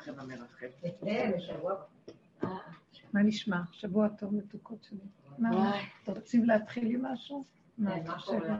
לכם המרחב. מה נשמע? שבוע טוב מתוקות שלי. מה? אתם רוצים להתחיל עם משהו? מה קורה?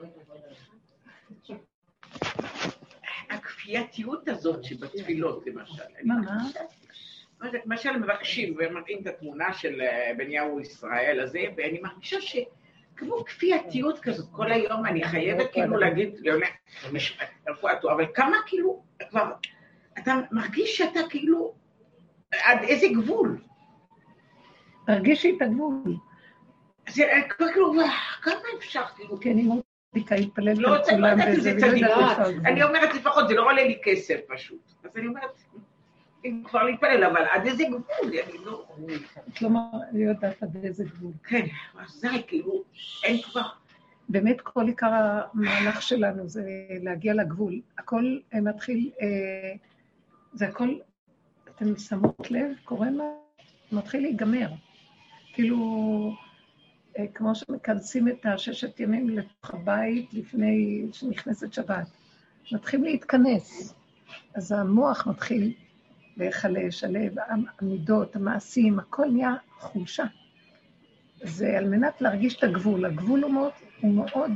הכפייתיות הזאת שבתפילות, למשל. מה? למשל מבקשים ומראים את התמונה של בניהו ישראל הזה, ואני מרגישה שכמו כפייתיות כזאת, כל היום אני חייבת כאילו להגיד, אבל כמה כאילו, כבר, אתה מרגיש שאתה כאילו, עד איזה גבול? תרגישי את הגבול. זה כבר כאילו, כמה אפשר כאילו? כן, אם דיקה יתפלל לא רוצה לדעת את זה צדיק. אני אומרת לפחות, זה לא עולה לי כסף פשוט. אז אני אומרת, אם כבר להתפלל, אבל עד איזה גבול, אני לא... כלומר, אני יודעת עד איזה גבול. כן, אז זה כאילו, אין כבר... באמת כל עיקר המהלך שלנו זה להגיע לגבול. הכל מתחיל, זה הכל, אתם שמות לב, קורה מה? מתחיל להיגמר. כאילו, כמו שמכנסים את הששת ימים לתוך הבית לפני שנכנסת שבת. מתחילים להתכנס. אז המוח מתחיל להיחלש, הלב, המידות, המעשים, הכל נהיה חולשה. זה על מנת להרגיש את הגבול. הגבול הוא מאוד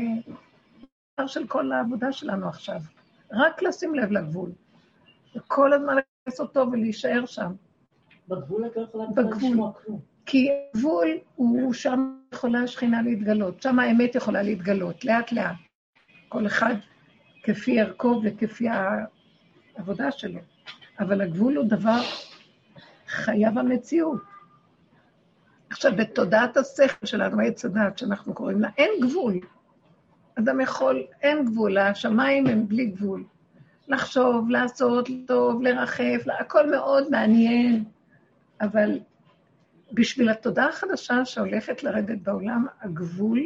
של כל העבודה שלנו עכשיו. רק לשים לב לגבול. וכל הזמן לעשות טוב ולהישאר שם. בגבול את לא יכולה לשמוע כלום. כי הגבול הוא שם יכולה השכינה להתגלות. שם האמת יכולה להתגלות, לאט לאט. כל אחד כפי ערכו וכפי העבודה שלו. אבל הגבול הוא דבר חייב המציאות. עכשיו, בתודעת השכל שלנו, עץ הדעת שאנחנו קוראים לה, אין גבול. אדם יכול, אין גבול, השמיים הם בלי גבול. לחשוב, לעשות, טוב, לרחף, הכל מאוד מעניין. אבל בשביל התודעה החדשה שהולכת לרדת בעולם, הגבול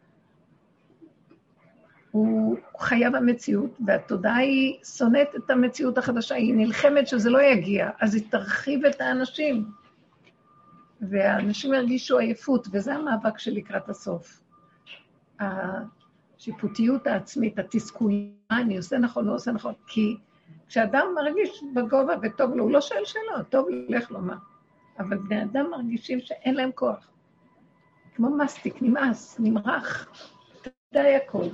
הוא חייב המציאות, והתודעה היא שונאת את המציאות החדשה, היא נלחמת שזה לא יגיע, אז היא תרחיב את האנשים. והאנשים הרגישו עייפות, וזה המאבק של לקראת הסוף. השיפוטיות העצמית, התסכול, אני עושה נכון, לא עושה נכון, כי כשאדם מרגיש בגובה וטוב לו, הוא לא שואל שאלות, טוב לך לו מה. אבל בני אדם מרגישים שאין להם כוח. כמו מסטיק, נמאס, נמרח, די הכל.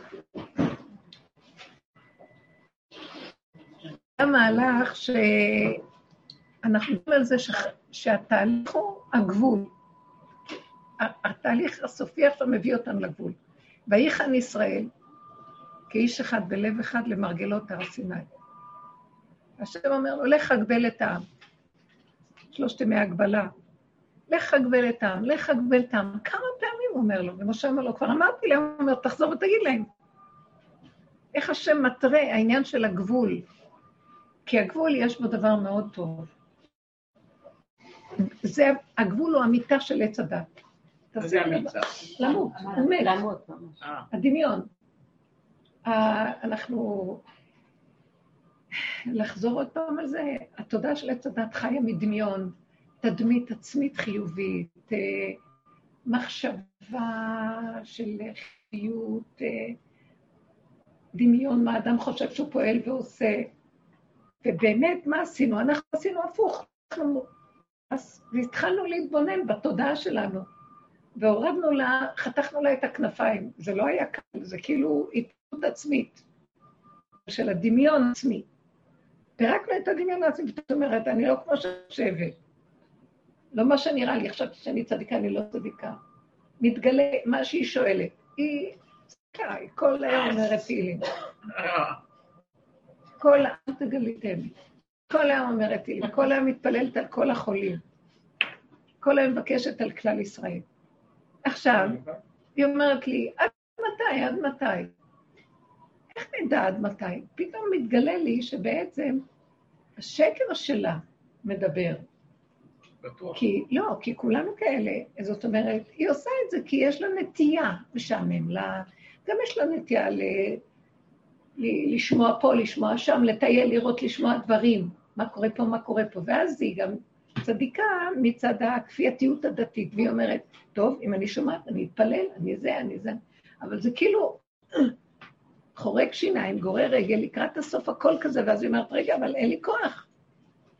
המהלך שאנחנו מדברים על זה שהתהליך הוא הגבול. התהליך הסופי עכשיו מביא אותנו לגבול. ויחן ישראל, כאיש אחד בלב אחד למרגלות הר סיני. השם אומר לו, לך הגבל את העם. 3 ימי הגבלה. לך הגבל את העם, לך הגבל את העם. כמה פעמים הוא אומר לו, ומשה אומר לו, כבר אמרתי להם, הוא אומר, תחזור ותגיד להם. איך השם מטרה העניין של הגבול? כי הגבול יש בו דבר מאוד טוב. הגבול הוא המיטה של עץ הדת. זה המיטה. למות, הוא מת. למות ממש. הדמיון. אנחנו... לחזור עוד פעם על זה, התודעה של עץ הדת חיה מדמיון, תדמית עצמית חיובית, מחשבה של חיות, דמיון, מה אדם חושב שהוא פועל ועושה, ובאמת מה עשינו? אנחנו עשינו הפוך, אז התחלנו להתבונן בתודעה שלנו, והורדנו לה, חתכנו לה את הכנפיים, זה לא היה קל, זה כאילו התפתחות עצמית, של הדמיון עצמי. פירקנו את הדמיון העצמי, זאת אומרת, אני לא כמו שחושבת. לא מה שנראה לי, חשבתי שאני צדיקה, אני לא צדיקה. מתגלה מה שהיא שואלת. היא צדיקה, היא כל היום אומרת תהילים. כל היום תגליתם. כל היום אומרת תהילים, כל היום מתפללת על כל החולים. כל היום מבקשת על כלל ישראל. עכשיו, היא אומרת לי, עד מתי, עד מתי? איך נדע עד מתי? פתאום מתגלה לי שבעצם השקר שלה מדבר. בטוח. כי כולנו כאלה, זאת אומרת, היא עושה את זה כי יש לה נטייה משעמם לה, גם יש לה נטייה לשמוע פה, לשמוע שם, לטייל, לראות, לשמוע דברים, מה קורה פה, מה קורה פה, ואז היא גם צדיקה מצד הכפייתיות הדתית, והיא אומרת, טוב, אם אני שומעת, אני אתפלל, אני זה, אבל זה כאילו... חורק שיניים, גורר רגל, לקראת הסוף הכל כזה, ואז היא אומרת, רגע, אבל אין לי כוח.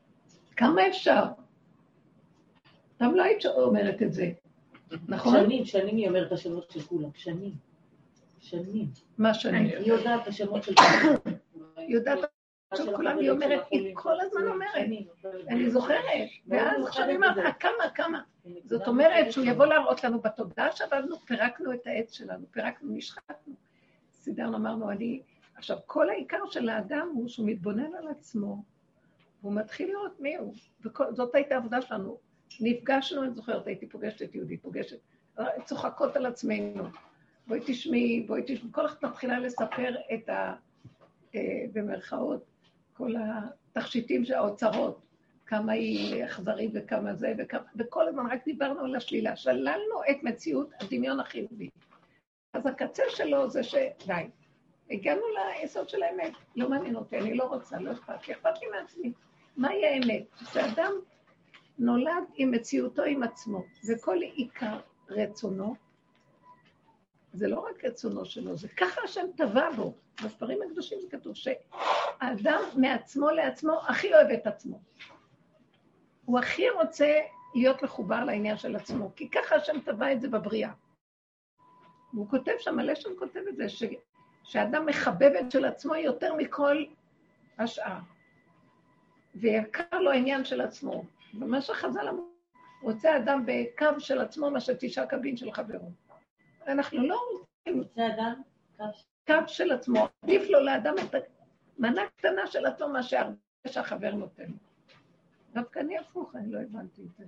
כמה אפשר? גם לא היית אומרת את זה, נכון? שנים היא אומרת את השמות של כולם, שנים. מה שנים? היא יודעת את השמות של כולם. היא יודעת של כולם, היא אומרת, היא כל הזמן אומרת, אני זוכרת, ואז עכשיו היא אומרת, כמה. זאת אומרת שהוא יבוא להראות לנו בתודעה שעבדנו, פירקנו את העץ שלנו, נשחטנו, סידרנו, אמרנו, עכשיו כל העיקר של האדם הוא שהוא מתבונן על עצמו, והוא מתחיל לראות מי הוא, וזאת הייתה העבודה שלנו, נפגשנו, אני זוכרת, הייתי פוגשת את יהודית, צוחקות על עצמנו, בואי תשמעי, כל אחת מתחילה לספר את במרכאות, כל התכשיטים של האוצרות, כמה היא אכזרית וכמה זה, וכל הזמן רק דיברנו על השלילה, שללנו את מציאות הדמיון החיובי. אז הקצה שלו זה די, הגענו ליסוד של האמת, לא מעניין אותי, אני לא רוצה, לא אכפת לי מעצמי. מהי האמת? שאדם נולד עם מציאותו עם עצמו, וכל עיקר רצונו, זה לא רק רצונו שלו, זה ככה השם טבע בו. בספרים הקדושים זה כתוב שהאדם מעצמו לעצמו הכי אוהב את עצמו. הוא הכי רוצה להיות מחובר לעניין של עצמו, כי ככה השם טבע את זה בבריאה. והוא כותב שם, הלשון כותב את זה, שהאדם מחבב את של עצמו יותר מכל השאר. ויקר לו העניין של עצמו. ומה שחז"ל אמרו, רוצה האדם בקו של עצמו, מה שתשעה קבין של חברו. אנחנו לא רוצים... רוצה אדם? קו של עצמו. עדיף לו לאדם את המנה קטנה של עצמו, מה שהחבר נותן. דווקא אני הפוך, אני לא הבנתי את זה.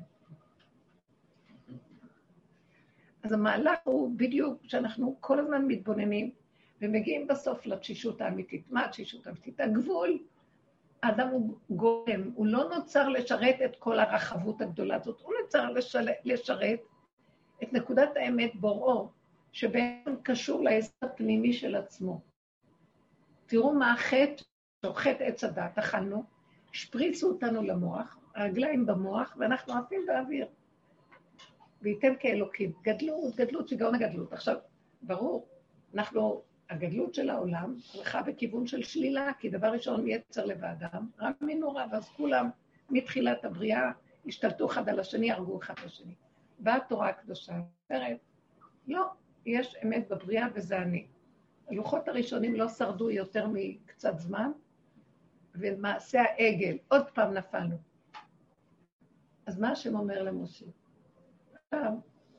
אז המהלך הוא בדיוק שאנחנו כל הזמן מתבוננים, ומגיעים בסוף לתשישות האמיתית. מה התשישות האמיתית? הגבול, האדם הוא גורם, הוא לא נוצר לשרת את כל הרחבות הגדולה הזאת, הוא נוצר לשרת את נקודת האמת בוראו, שבעצם קשור ליסוד הפנימי של עצמו. תראו מה החטא, חטא עץ הדת, אכלנו, השפריצו אותנו למוח, הרגליים במוח, ואנחנו עפים באוויר. וייתן כאלוקים. גדלות, שגאון הגדלות. עכשיו, ברור, הגדלות של העולם הלכה בכיוון של שלילה, כי דבר ראשון יצר לבאדם, רק מנורה, ואז כולם מתחילת הבריאה השתלטו אחד על השני, הרגו אחד לשני. באה התורה הקדושה, אומרת, לא, יש אמת בבריאה וזה אני. הלוחות הראשונים לא שרדו יותר מקצת זמן, ומעשה העגל, עוד פעם נפלנו. אז מה השם אומר למשה? עכשיו,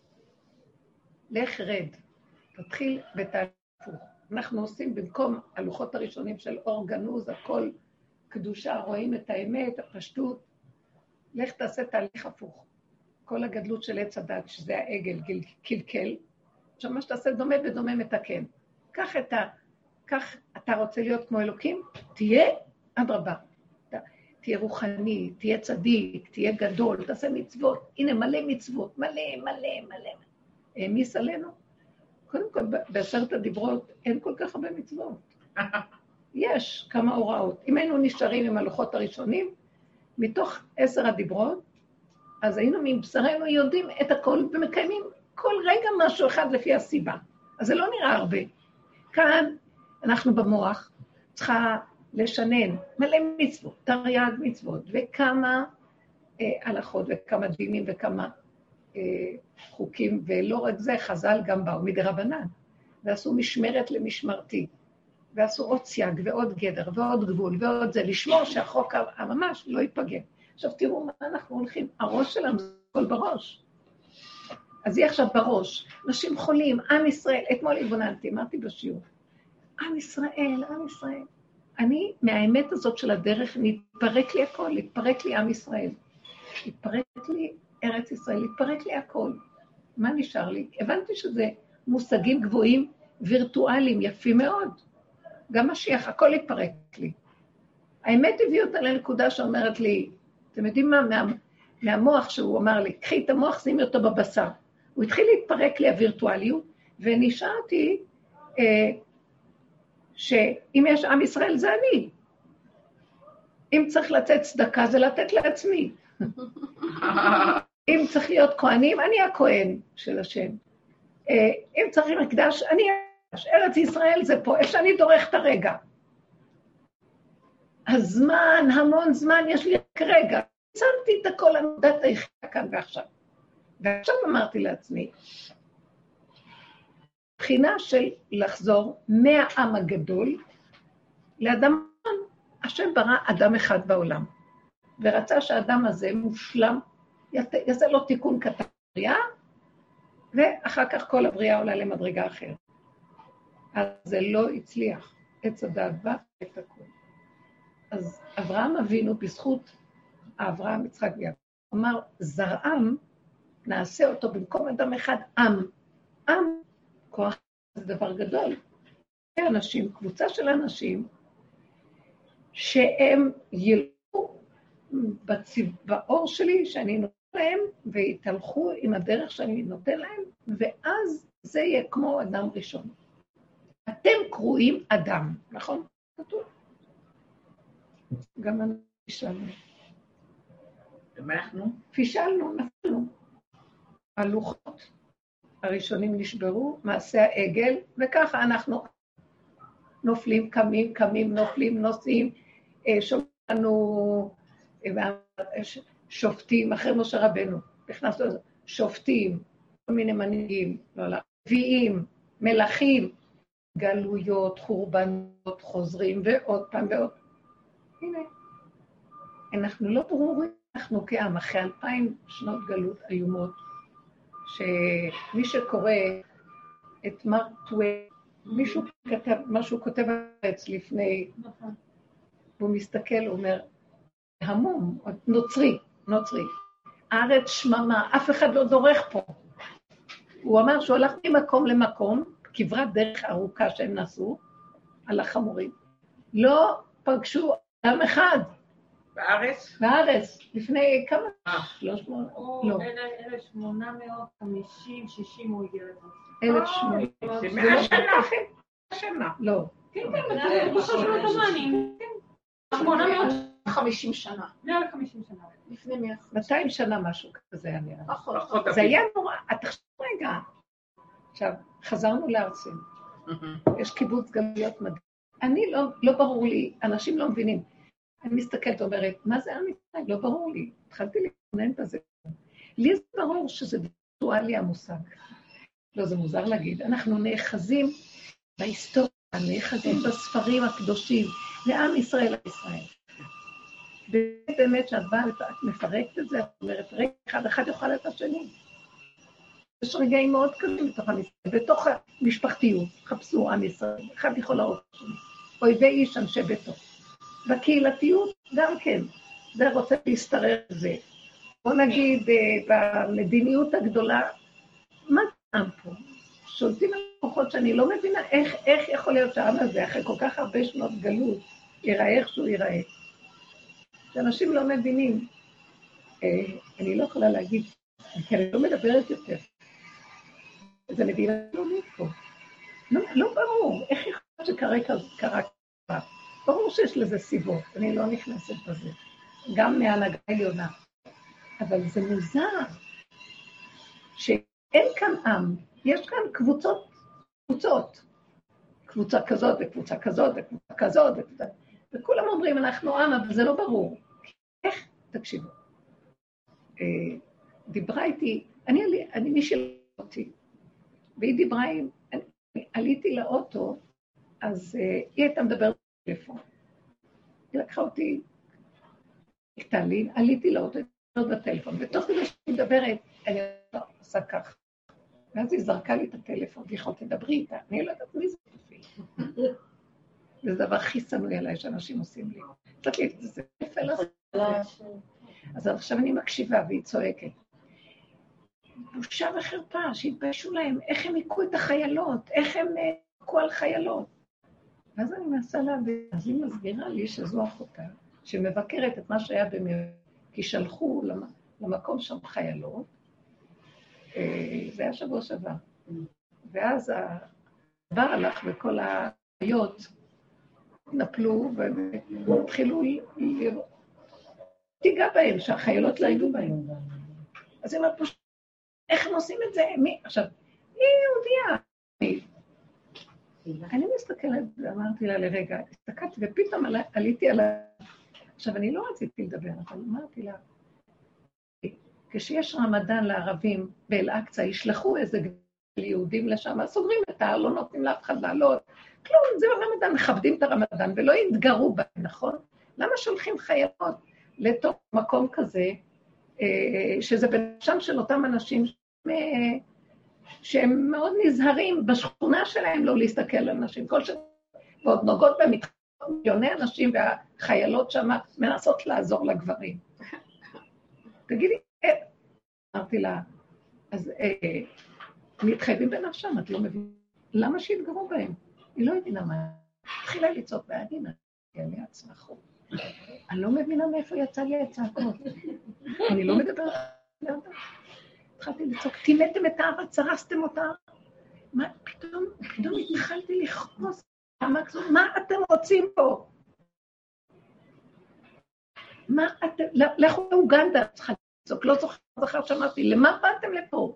לך רד, תתחיל בתהליך הפוך. אנחנו עושים במקום הלוחות הראשונים של אור גנוז, הכל קדושה, רואים את האמת, הפשטות, לך תעשה תהליך הפוך. כל הגדלות של עץ הדת, שזה העגל, קלקל, עכשיו מה שתעשה דומה ודומה מתקן. כך אתה רוצה להיות כמו אלוקים, תהיה אדרבה. תהיה רוחני, תהיה צדיק, תהיה גדול, תעשה מצוות. הנה מלא מצוות, מלא. העמיס עלינו. קודם כל, בעשרת הדיברות אין כל כך הרבה מצוות. יש כמה הוראות. אם היינו נשארים עם הלוחות הראשונים, מתוך 10 הדיברות, אז היינו מבשרנו יודעים את הכל ומקיימים כל רגע משהו אחד לפי הסיבה. אז זה לא נראה הרבה. כאן אנחנו במוח צריכה לשנן מלא מצוות, תרי"ג מצוות, וכמה הלכות וכמה דינים וכמה חוקים, ולא רק זה, חז"ל גם באו מדרבנן, ועשו משמרת למשמרתי, ועשו עוד סייג ועוד גדר ועוד גבול ועוד זה, לשמור שהחוק הממש לא ייפגם. עכשיו תראו מה אנחנו הולכים, הראש שלנו זה כל בראש. אז היא עכשיו בראש, נשים חולים, עם ישראל, אתמול התבוננתי, אמרתי בשיעור, עם ישראל. אני, מהאמת הזאת של הדרך, נתפרק לי הכל, נתפרק לי עם ישראל. נתפרק לי ארץ ישראל, נתפרק לי הכל. מה נשאר לי? הבנתי שזה מושגים גבוהים, וירטואליים, יפים מאוד. גם משיח, הכל התפרק לי. האמת הביא אותה לנקודה שאומרת לי, אתם יודעים מה? מהמוח שהוא אמר לי, קחי את המוח, שימי אותו בבשר. הוא התחיל להתפרק לי הווירטואליות, ונשארתי שאם יש עם ישראל זה אני. אם צריך לתת צדקה זה לתת לעצמי. אם צריך להיות כהנים, אני הכהן של השם. אם צריך מקדש, אני ארץ ישראל זה פה, איפה שאני דורך את הרגע. הזמן, המון זמן יש לי כרגע. שמתי את הכל הנקודת היחידה כאן ועכשיו. ועכשיו אמרתי לעצמי, בחינה של לחזור מהעם הגדול לאדם, השם ברא אדם אחד בעולם, ורצה שהאדם הזה מושלם, יעשה לו תיקון קטן בריאה, ואחר כך כל הבריאה עולה למדרגה אחרת. אז זה לא הצליח, עץ הדעת בא את הכל. אז אברהם אבינו בזכות אברהם יצחק ויעקב, אמר זרעם נעשה אותו במקום אדם אחד עם. עם, כוח זה דבר גדול. אנשים, קבוצה של אנשים, שהם ילכו באור שלי שאני נותן להם, ויתהלכו עם הדרך שאני נותן להם, ואז זה יהיה כמו אדם ראשון. אתם קרואים אדם, נכון? כתוב. גם אנחנו פישלנו. ומה אנחנו? פישלנו, נפלנו. הלוחות הראשונים נשברו, מעשה העגל, וככה אנחנו נופלים, קמים, נופלים, נוסעים, שומענו, שופטים, אחרי משה רבנו, נכנסנו לזה, שופטים, כל מיני מנהיגים, נביאים, מלכים, גלויות, חורבנות, חוזרים, ועוד פעם ועוד. הנה, אנחנו לא ברורים, אנחנו כעם, אחרי 2000 שנות גלות איומות, שמי שקורא את מרק טוויין, מישהו כתב, משהו כותב בארץ לפני, והוא מסתכל, הוא אומר, המום, נוצרי, הארץ שממה, אף אחד לא דורך פה. הוא אמר שהוא הלך ממקום למקום, כברת דרך ארוכה שהם נסעו, על החמורים. לא פגשו אדם אחד. בארץ? בארץ, לפני כמה? 300? לא. 1850, 60 הוא הגיע לפה. 1800. זה 100 שנה. לא. כן, זה פשוט לא דומני. 850 שנה. 150 שנה. לפני 100. 200 שנה משהו כזה היה נראה. פחות זה היה נורא, תחשוב רגע. עכשיו, חזרנו לארצנו. יש קיבוץ גלויות מדהים. אני לא ברור לי, אנשים לא מבינים. אני מסתכלת ואומרת, מה זה עם ישראל? לא ברור לי. התחלתי להתכונן בזה. לי זה ברור שזה וירטואלי המושג. לא, זה מוזר להגיד. אנחנו נאחזים בהיסטוריה, נאחזים בספרים הקדושים, לעם ישראל לישראל. באמת שאת באה, את מפרקת את זה, את אומרת, רגע אחד יאכל את השני. יש רגעים מאוד קלים בתוך עם ישראל, בתוך המשפחתיות, חפשו עם ישראל, אחד יכול להראות שני. אויבי איש אנשי ביתו. בקהילתיות גם כן, זה רוצה להסתרר זה. בוא נגיד, במדיניות הגדולה, מה העם פה? שולטים על כוחות שאני לא מבינה איך יכול להיות שהעם הזה, אחרי כל כך הרבה שנות גלות, ייראה איך שהוא ייראה. שאנשים לא מבינים. אני לא יכולה להגיד, כי אני לא מדברת יותר. זה מדינה לא פה. לא ברור, איך יכול להיות שקרה ככה? ברור שיש לזה סיבות, אני לא נכנסת בזה. גם מהנהגה עליונה. אבל זה מוזר שאין כאן עם, יש כאן קבוצות. קבוצה כזאת וקבוצה כזאת וקבוצה כזאת וקבוצה... וכולם אומרים אנחנו עם, אבל זה לא ברור. איך? תקשיבו. דיברה איתי, אני מישהי אותי, והיא דיברה עם, עליתי לאוטו, אז היא הייתה מדברת בטלפון. היא לקחה אותי, הקטע לי, עליתי לאוטו, בטלפון, ותוך כדי שאני מדברת, אני עושה כך. ואז היא זרקה לי את הטלפון, ויכולתי לדברי איתה, אני לא יודעת מי זה תפיל. זה דבר הכי שנואי עליי שאנשים עושים לי. קצת לי, זה נפל לעשות. אז עכשיו אני מקשיבה והיא צועקת. בושה וחרפה, שהתביישו להם, איך הם עיקו את החיילות, איך הם עיקו על חיילות. ואז אני מנסה להבין, אז היא מסבירה לי שזו אחותה, שמבקרת את מה שהיה כי שלחו למקום שם חיילות, זה היה שבוע שעבר. ואז הבא הלך וכל החיות נפלו והתחילו תיגע בהם, שהחיילות לא ידעו בהם. אז היא אומרת פשוט, איך הם עושים את זה? עכשיו, היא יהודיה. אני מסתכלת ואמרתי לה לרגע, הסתכלתי ופתאום עליתי על עכשיו, אני לא רציתי לדבר, אבל אמרתי לה, כשיש רמדאן לערבים באל-אקצא, ישלחו איזה יהודים לשם, סוגרים את הער, לא נותנים לאף אחד לעלות, כלום, זה רמדאן, מכבדים את הרמדאן, ולא יתגרו בהם, נכון? למה שולחים חיילות לתוך מקום כזה, שזה בנפשם של אותם אנשים שהם מאוד נזהרים בשכונה שלהם לא להסתכל על אנשים, ועוד נוגעות מיליוני אנשים והחיילות שם מנסות לעזור לגברים. תגידי, אמרתי לה, אז מתחייבים בנפשם, את לא מבינה, למה שיתגרו בהם? היא לא הבינה מה, התחילה לצעוק בעדינה, יעלי הצלחות. אני לא מבינה מאיפה יצא לי הצעקות. אני לא מדברת, התחלתי לצעוק, טימאתם את הארץ, הרסתם אותה. מה, פתאום התחלתי לכעוס. מה אתם רוצים פה? מה אתם, לכו לאוגנדה, צריכה לצעוק, לא זוכר שמעתי, למה באתם לפה?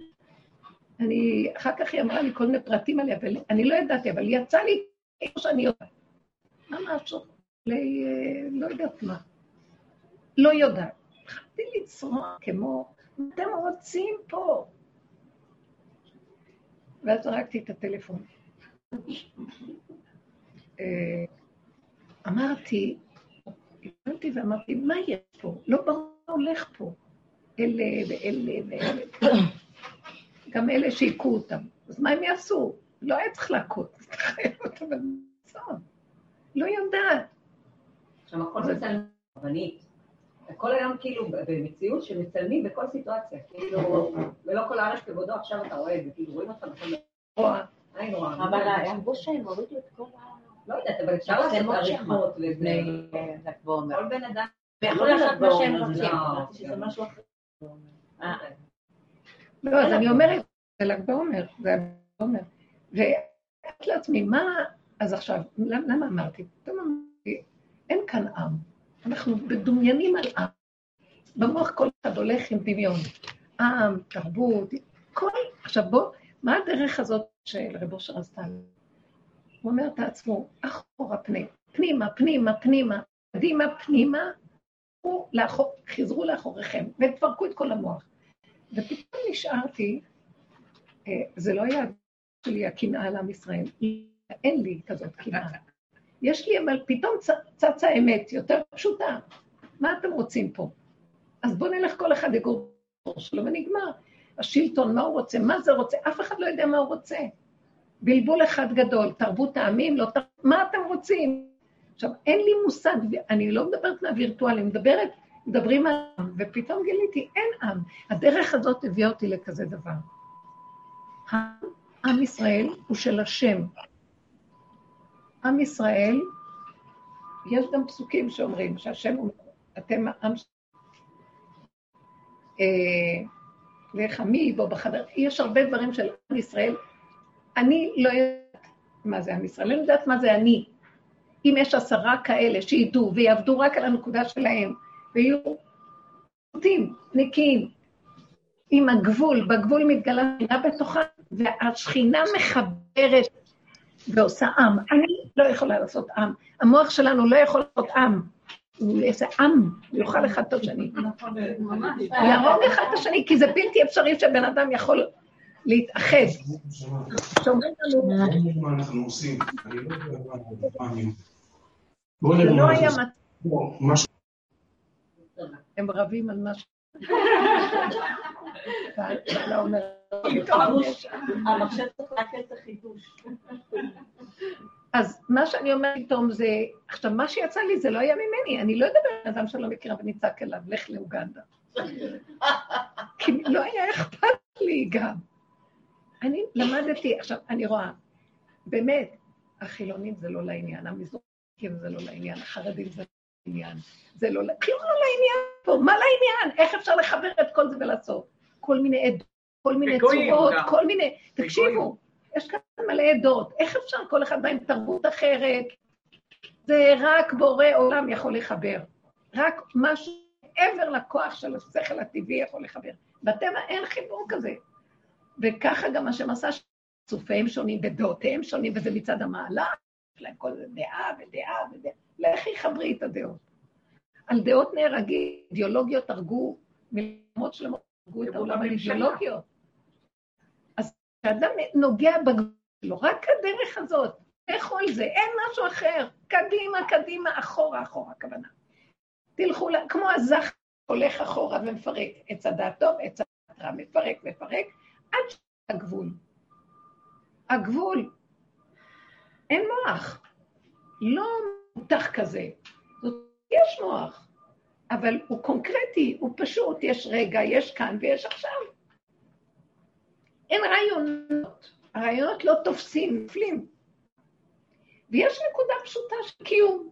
אחר כך היא אמרה לי כל מיני פרטים עליה, אני לא ידעתי, אבל יצא לי כמו שאני יודעת. מה משהו? לא יודעת מה. לא יודעת. התחלתי לצרוע כמו, מה אתם רוצים פה? ואז זרקתי את הטלפון. אמרתי, ואמרתי, מה יש פה? לא ברור מה הולך פה. אלה ואלה ואלה. גם אלה שיקו אותם. אז מה הם יעשו? לא היה צריך להכות. לא יודעת. עכשיו, הכל מצלמים, רבנית. הכל היום כאילו במציאות שמצלמים בכל סיטואציה. כאילו, ולא כל הארץ כבודו, עכשיו אתה רואה את זה, כאילו רואים אותך בכל רואה. אבל אמרו שהם הורידו את כל ה... לא יודעת, אבל אפשר לעשות עריכות וזה. כל בן אדם... ויכול לעשות מה שהם רוצים. שזה משהו אחר. לא, אז אני אומרת, זה ל"ג בעומר, זה ל"ג בעומר. ואת לעצמי, מה... אז עכשיו, למה אמרתי? אין כאן עם. אנחנו בדומיינים על עם. במוח כל אחד הולך עם דמיון. עם, תרבות, כל... עכשיו בוא, מה הדרך הזאת של רב אושר עשתה? הוא אומר את עצמו, אחורה פנימה, קדימה, פנימה, חזרו לאחוריכם, ותפרקו את כל המוח. ופתאום נשארתי, זה לא היה שלי הקנאה לעם ישראל, אין לי כזאת קנאה. יש לי, אבל פתאום צצה האמת, יותר פשוטה. מה אתם רוצים פה? אז בואו נלך כל אחד לגור שלו ונגמר. השלטון, מה הוא רוצה? מה זה רוצה? אף אחד לא יודע מה הוא רוצה. בלבול אחד גדול, תרבות העמים, לא תרבות, מה אתם רוצים? עכשיו, אין לי מושג, אני לא מדברת מהווירטואלי, מדברים על עם, ופתאום גיליתי, אין עם. הדרך הזאת הביאה אותי לכזה דבר. עם ישראל הוא של השם. עם ישראל, יש גם פסוקים שאומרים שהשם הוא, אתם העם לחמי בו בחדר, יש הרבה דברים של עם ישראל, אני לא יודעת מה זה עם ישראל, אני יודעת מה זה אני. אם יש 10 כאלה שידעו ויעבדו רק על הנקודה שלהם, ויהיו נקיים, עם הגבול, בגבול מתגלה שכינה בתוכה, והשכינה מחברת ועושה עם. אני לא יכולה לעשות עם, המוח שלנו לא יכול לעשות עם, הוא יעשה עם, הוא יוכל אחד את השני. להרוג אחד את השני, כי זה בלתי אפשרי שבן אדם יכול להתאחד. שאומרים לנו... מה אנחנו עושים? אני לא יודע מה אני... זה לא היה משהו. הם רבים על משהו. ואלה אומר... המחשב צריך להקל את החידוש. אז מה שאני אומרת פתאום זה, עכשיו מה שיצא לי זה לא היה ממני, אני לא אדבר על אדם שלא מכירה ונצעק אליו, לך לאוגנדה. כי לא היה אכפת לי גם. אני למדתי, עכשיו אני רואה, באמת, החילונים זה לא לעניין, המזרחים זה לא לעניין, החרדים זה לא לעניין, זה לא לעניין, כלום לא לעניין פה, מה לעניין? איך אפשר לחבר את כל זה ולעשות? כל מיני עדות, כל מיני צורות, כל מיני, תקשיבו. יש כאן מלא עדות, איך אפשר כל אחד בהם תרבות אחרת? זה רק בורא עולם יכול לחבר. רק משהו עבר לכוח של השכל הטבעי יכול לחבר. בטבע אין חיבור כזה. וככה גם השם עשה שצופיהם שונים ודעותיהם שונים, וזה מצד המעלה, יש להם כל זה דעה ודעה. לכי חברי את הדעות. על דעות נהרגים, אידיאולוגיות הרגו מלחמות שלמות הרגו את העולם האידיאולוגיות. אז כשאדם נוגע בגבול שלו, רק הדרך הזאת, לכו על זה, אין משהו אחר, קדימה, קדימה, אחורה, אחורה, הכוונה. תלכו, כמו הזך הולך אחורה ומפרק, עץ הדעת טוב, עץ הדעת רע, מפרק, עד שהגבול. הגבול, אין מוח, לא מותח כזה, יש מוח, אבל הוא קונקרטי, הוא פשוט, יש רגע, יש כאן ויש עכשיו. אין רעיונות, הרעיונות לא תופסים, נפלים. ויש נקודה פשוטה של קיום.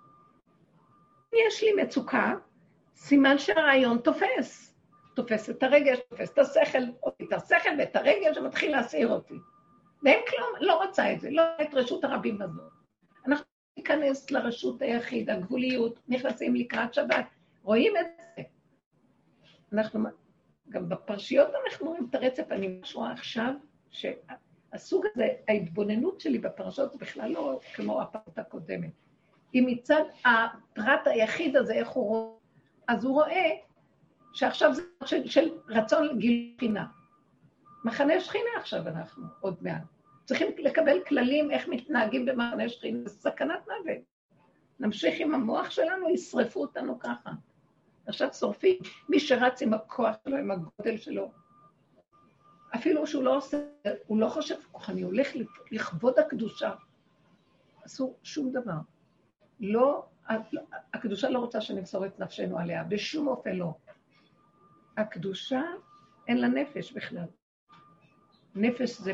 יש לי מצוקה, סימן שהרעיון תופס את הרגש, תופס את השכל ואת הרגש שמתחיל להסעיר אותי. ואין כלום, לא רוצה את זה, לא את רשות הרבים הזאת. אנחנו ניכנס לרשות היחיד, הגבוליות, נכנסים לקראת שבת, רואים את זה. אנחנו, גם בפרשיות אנחנו רואים את הרצף, אני משמע עכשיו, שהסוג הזה, ההתבוננות שלי בפרשות, זה בכלל לא כמו הפרט הקודמת. אם מצד הפרט היחיד הזה, איך הוא רואה, אז הוא רואה שעכשיו זה של רצון לגיל שכינה. מחנה שכינה עכשיו אנחנו, עוד מעט. צריכים לקבל כללים איך מתנהגים במחנה שכינה, זה סכנת מוות. נמשיך עם המוח שלנו, ישרפו אותנו ככה. עכשיו שורפים, מי שרץ עם הכוח שלו, עם הגודל שלו. אפילו שהוא לא עושה, הוא לא חושב ככה, אני הולך לכבוד הקדושה. אסור שום דבר. לא, הקדושה לא רוצה שנמסור את נפשנו עליה, בשום אופן לא. הקדושה אין לה נפש בכלל. נפש זה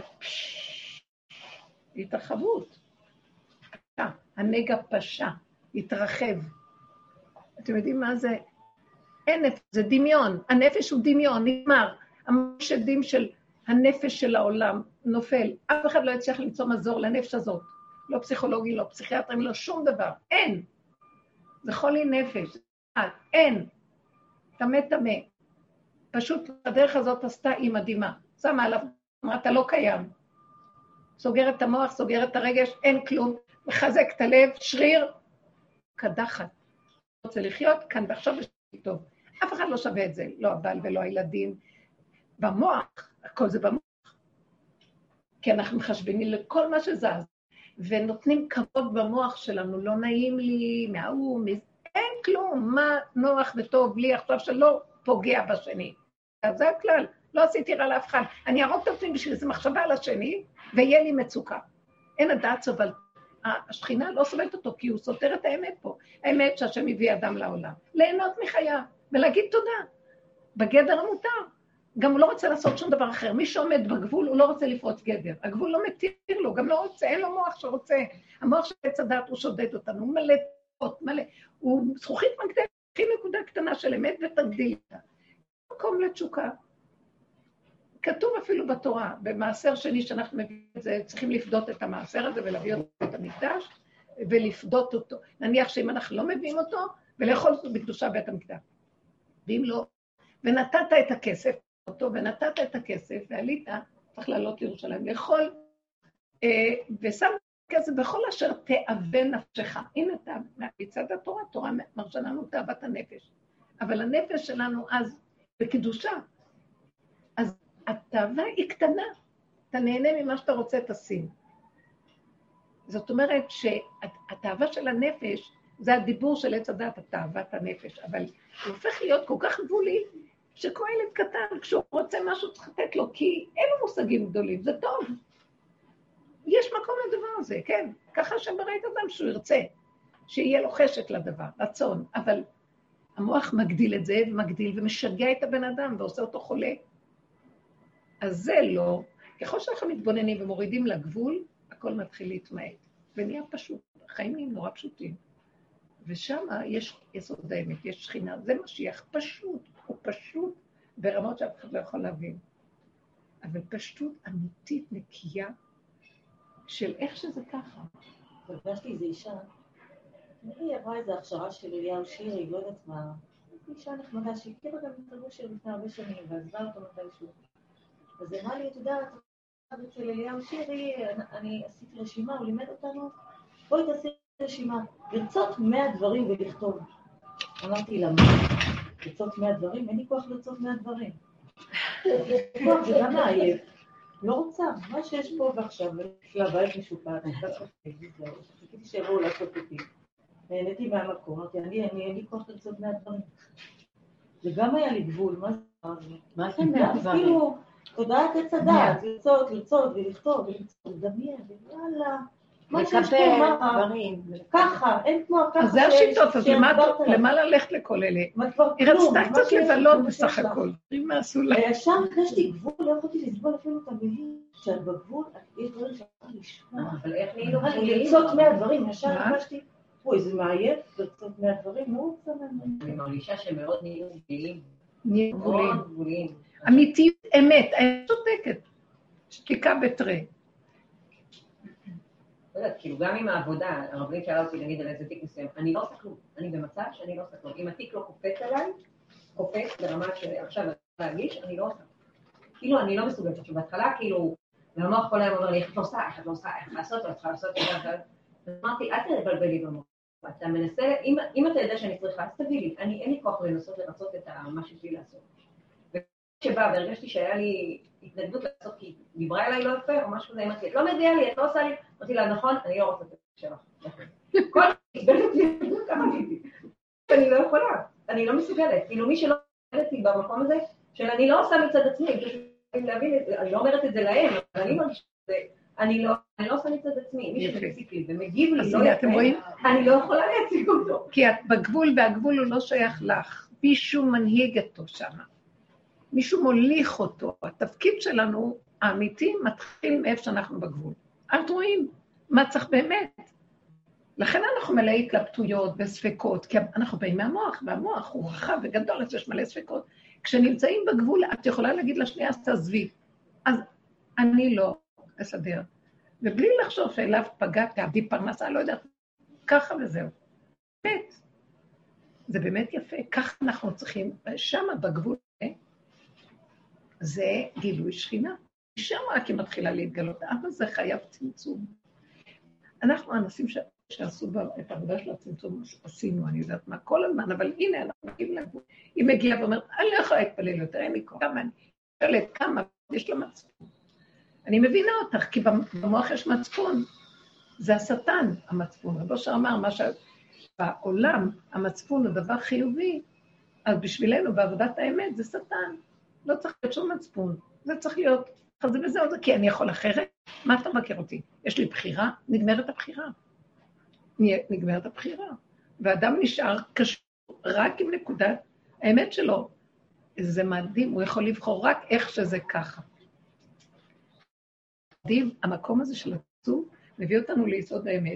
התרחבות. הנגע פשע, התרחב. אתם יודעים מה זה? אין נפש, זה דמיון. הנפש הוא דמיון, נגמר. המשדים של הנפש של העולם נופל. אף אחד לא יצליח למצוא מזור לנפש הזאת. לא פסיכולוגי, לא פסיכיאטרים, לא שום דבר. אין. זה חולי נפש. אין. תמה. פשוט הדרך הזאת עשתה היא מדהימה. שמה עליו, אמרה, אתה לא קיים. סוגר את המוח, סוגר את הרגש, אין כלום. מחזק את הלב, שריר, קדחת. רוצה לחיות כאן ועכשיו יש טוב. אף אחד לא שווה את זה, לא הבעל ולא הילדים. במוח, הכל זה במוח. כי אנחנו מחשבנים לכל מה שזז. ונותנים כבוד במוח שלנו, לא נעים לי, מהאום, אין כלום, מה נוח וטוב לי עכשיו שלא פוגע בשני. זה הכלל, לא עשיתי רע לאף אחד. אני ארוג את עצמי בשביל זה מחשבה על השני, ויהיה לי מצוקה. אין הדעת סובל. השכינה לא סובלת אותו, כי הוא סותר את האמת פה. האמת שהשם הביא אדם לעולם. ליהנות מחייו, ולהגיד תודה. בגדר המותר. גם הוא לא רוצה לעשות שום דבר אחר. מי שעומד בגבול, הוא לא רוצה לפרוץ גדר. הגבול לא מתיר לו, גם לא רוצה, אין לו מוח שרוצה. המוח של עץ הדעת הוא שודד אותנו, הוא מלא, הוא זכוכית מגדלת, הכי נקודה קטנה של אמת ותגדיל אותה. מקום לתשוקה. כתוב אפילו בתורה, במעשר שני שאנחנו מביאים את זה, צריכים לפדות את המעשר הזה ולהביא אותו את המקדש, ולפדות אותו. נניח שאם אנחנו לא מביאים אותו, ולאכול אותו בקדושה בית המקדש. ואם לא, ונתת את הכסף, ונתת את הכסף, ועלית, צריך לעלות לירושלים, לאכול, ושם כסף בכל אשר תאווה נפשך. הנה אתה, מצד התורה, תורה מרשה לנו תאוות הנפש. אבל הנפש שלנו אז בקדושה. אז התאווה היא קטנה. אתה נהנה ממה שאתה רוצה, תשים. זאת אומרת שהתאווה של הנפש, זה הדיבור של עץ הדת, התאוות הנפש. אבל הוא הופך להיות כל כך גבולי, שכל ילד קטן, כשהוא רוצה משהו צריך לתת לו, כי אין לו מושגים גדולים, זה טוב. יש מקום לדבר הזה, כן? ככה שברא את אדם שהוא ירצה, שיהיה לו חשק לדבר, רצון, אבל המוח מגדיל את זה ומגדיל ומשגע את הבן אדם ועושה אותו חולה. אז זה לא, ככל שאנחנו מתבוננים ומורידים לגבול, הכל מתחיל להתמעט, ונהיה פשוט, החיים נהיים נורא פשוטים. ושם יש יסוד האמת, יש שכינה, זה משיח פשוט, הוא פשוט ברמות שאף אחד לא יכול להבין. אבל פשטות אמיתית, נקייה, של איך שזה ככה. פגשתי איזו אישה, היא עברה איזו הכשרה של אליהו שירי, לא יודעת מה, אישה נחמדה שהכירה גם את הרגוש של לפני הרבה שנים, ועזבה אותו מתישהו. אז אמרה לי, את יודעת, אצל אליהו שירי, אני עשיתי רשימה, הוא לימד אותנו, בואי תעשי רשימה, לרצות 100 דברים ולכתוב. אמרתי לה, לרצות מהדברים, אין לי כוח לרצות מהדברים. כוח זה גם מעייף. לא רוצה, מה שיש פה ועכשיו, והבית משופעת, חיכיתי שיבואו לעשות אותי. נהניתי מהמקום, אמרתי, אין לי כוח לרצות מהדברים. זה גם היה לי גבול, מה זה? מה זה מהדברים? כאילו, תודעת עץ הדעת, לרצות ולכתוב ולדמיין, ויאללה. מה שיש פה, מה? ככה, אין כמו ככה. אז זה השיטות, אז למה ללכת לכל אלה? היא רצתה קצת לבלות בסך הכל. מה עשו לה? ישר הרגשתי גבול, לא יכולתי לסבול אפילו את המילים. כשאת בגבול, יש דברים שאתה לשמוע. אבל איך נהיינו גבולים? לרצות מהדברים, ישר הרגשתי, זה מעייף, לרצות מהדברים, לא רוצה מהדברים. אני מרגישה שמאוד נהיינו גבולים. נהיינו גבולים. אמיתית, אמת, אני שותקת. שתיקה בתרי. לא יודעת, כאילו גם עם העבודה, הרבנית שאלה אותי נגיד על איזה תיק מסוים, אני לא עושה כלום, אני במצב שאני לא עושה כלום. אם התיק לא קופץ עליי, קופץ ברמה שעכשיו אני לא להגיש, אני לא עושה. כאילו אני לא מסוגלת, עכשיו בהתחלה כאילו, והמוח כל היום אומר לי, איך את לא עושה, איך לעשות, איך לעשות, אמרתי, אל תבלבלי במוח. אתה מנסה, אם אתה יודע שאני צריכה, אז תביא לי, אין לי כוח לנסות לרצות את מה שיש לי לעשות. וכשבא והרגשתי שהיה לי התנגדות לעשות, כי דיברה אליי לא יפה או משהו כזה, אמרתי, לא מגיע לי, את לא עושה לי, אמרתי לה, נכון, אני לא רוצה את זה שלך. כל כמה הייתי, אני לא יכולה, אני לא מסוגלת, כאילו מי שלא מסוגלת במקום הזה, שאני לא עושה מצד עצמי, אני לא אומרת את זה להם, אבל אני מרגישה את זה, אני לא עושה מצד עצמי, מי שמציק לי ומגיב לי, אני לא יכולה להציג אותו. כי את בגבול, והגבול הוא לא שייך לך, מישהו מנהיג אותו שם. מישהו מוליך אותו. התפקיד שלנו, האמיתי, מתחיל מאיפה שאנחנו בגבול. את רואים מה צריך באמת. לכן אנחנו מלאי התלבטויות וספקות, כי אנחנו באים מהמוח, והמוח הוא רחב וגדול, אז יש מלא ספקות. כשנמצאים בגבול, את יכולה להגיד לשנייה, אז תעזבי. אז אני לא אסדר. ובלי לחשוב שאליו פגעת, תעבדי פרנסה, לא יודעת, ככה וזהו. באמת. זה באמת יפה. ככה אנחנו צריכים, שם בגבול, זה גילוי שכינה. שם רק היא מתחילה להתגלות, אבל זה חייב צמצום. אנחנו האנשים שעשו את העבודה של הצמצום, עשינו, אני יודעת מה, כל הזמן, אבל הנה, אנחנו מגיעים לגבול. היא מגיעה ואומרת, אני לא יכולה להתפלל יותר, אין לי כמה, אני שואלת כמה, יש לה מצפון. אני מבינה אותך, כי במוח יש מצפון. זה השטן, המצפון. רבו שאמר, מה שבעולם המצפון הוא דבר חיובי, אז בשבילנו, בעבודת האמת, זה שטן. לא צריך להיות שום מצפון. זה צריך להיות, זה וזהו, זה כי אני יכול אחרת. מה אתה מכיר אותי? יש לי בחירה? נגמרת הבחירה. נגמרת הבחירה. ואדם נשאר קשור רק עם נקודת האמת שלו. זה מדהים, הוא יכול לבחור רק איך שזה ככה. מדהים, המקום הזה של עצוב מביא אותנו ליסוד האמת,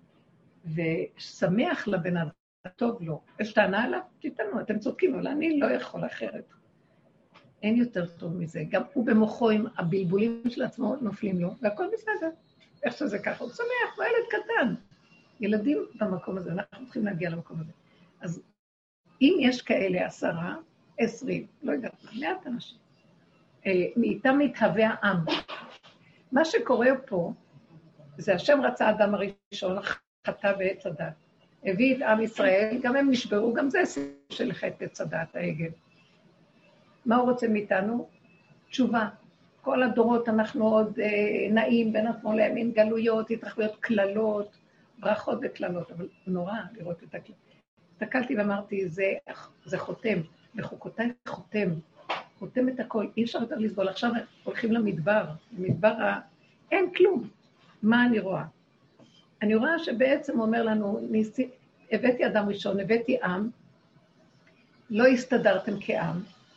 ושמח לבן אדם, טוב לו. יש טענה עליו? תיתנו, אתם צודקים, אבל אני לא יכול אחרת. אין יותר טוב מזה. גם הוא במוחו עם הבלבולים של עצמו נופלים לו, והכל בסדר. איך שזה ככה, הוא שמח, הוא ילד קטן. ילדים במקום הזה, אנחנו צריכים להגיע למקום הזה. אז אם יש כאלה 10, 20, לא יודעת, 100 אנשים, מאיתם מתהווה העם. מה שקורה פה, זה השם רצה אדם הראשון, חטא ועץ הדת. הביא את עם ישראל, גם הם נשברו, גם זה סיפור של חטא עץ הדת, העגל. מה הוא רוצה מאיתנו? תשובה. כל הדורות אנחנו עוד נעים בין השמאל לימין, גלויות, התרחבויות, כללות, ברכות וכללות, אבל נורא לראות את הכלל. הסתכלתי ואמרתי, זה חותם, בחוקותיי חותם, חותם את הכל, אי אפשר יותר לסבול. עכשיו הולכים למדבר, במדבר אין כלום. מה אני רואה? אני רואה שבעצם אומר לנו, הבאתי אדם ראשון, הבאתי עם, לא הסתדרתם כעם,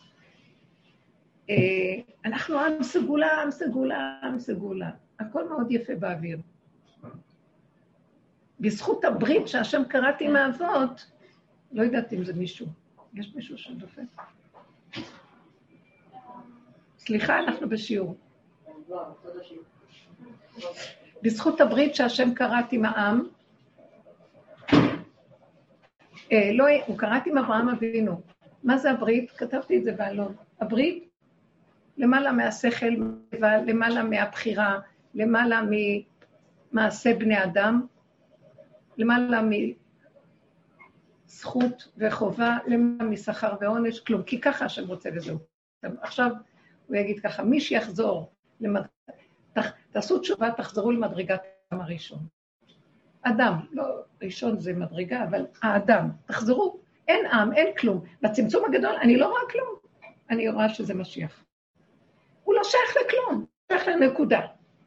אנחנו עם סגולה, עם סגולה, עם סגולה. הכל מאוד יפה באוויר. בזכות הברית שהשם קראתי מהאבות, לא יודעת אם זה מישהו. יש מישהו שדופק? סליחה, אנחנו בשיעור. בזכות הברית שהשם קראתי מהעם, לא, הוא קראתי מאברהם אבינו. מה זה הברית? כתבתי את זה באלון. הברית, למעלה מהשכל, למעלה מהבחירה, למעלה ממעשה בני אדם, למעלה זכות וחובה למעלה משכר ועונש, כלום, כי ככה השם רוצה וזהו. עכשיו הוא יגיד ככה, מי שיחזור, תעשו תשובה, תחזרו למדרגת האדם הראשון. אדם, לא ראשון זה מדרגה, אבל האדם, תחזרו, אין עם, אין כלום. בצמצום הגדול אני לא רואה כלום, אני רואה שזה משיח. הוא לא שייך לכלום, שייך לנקודה.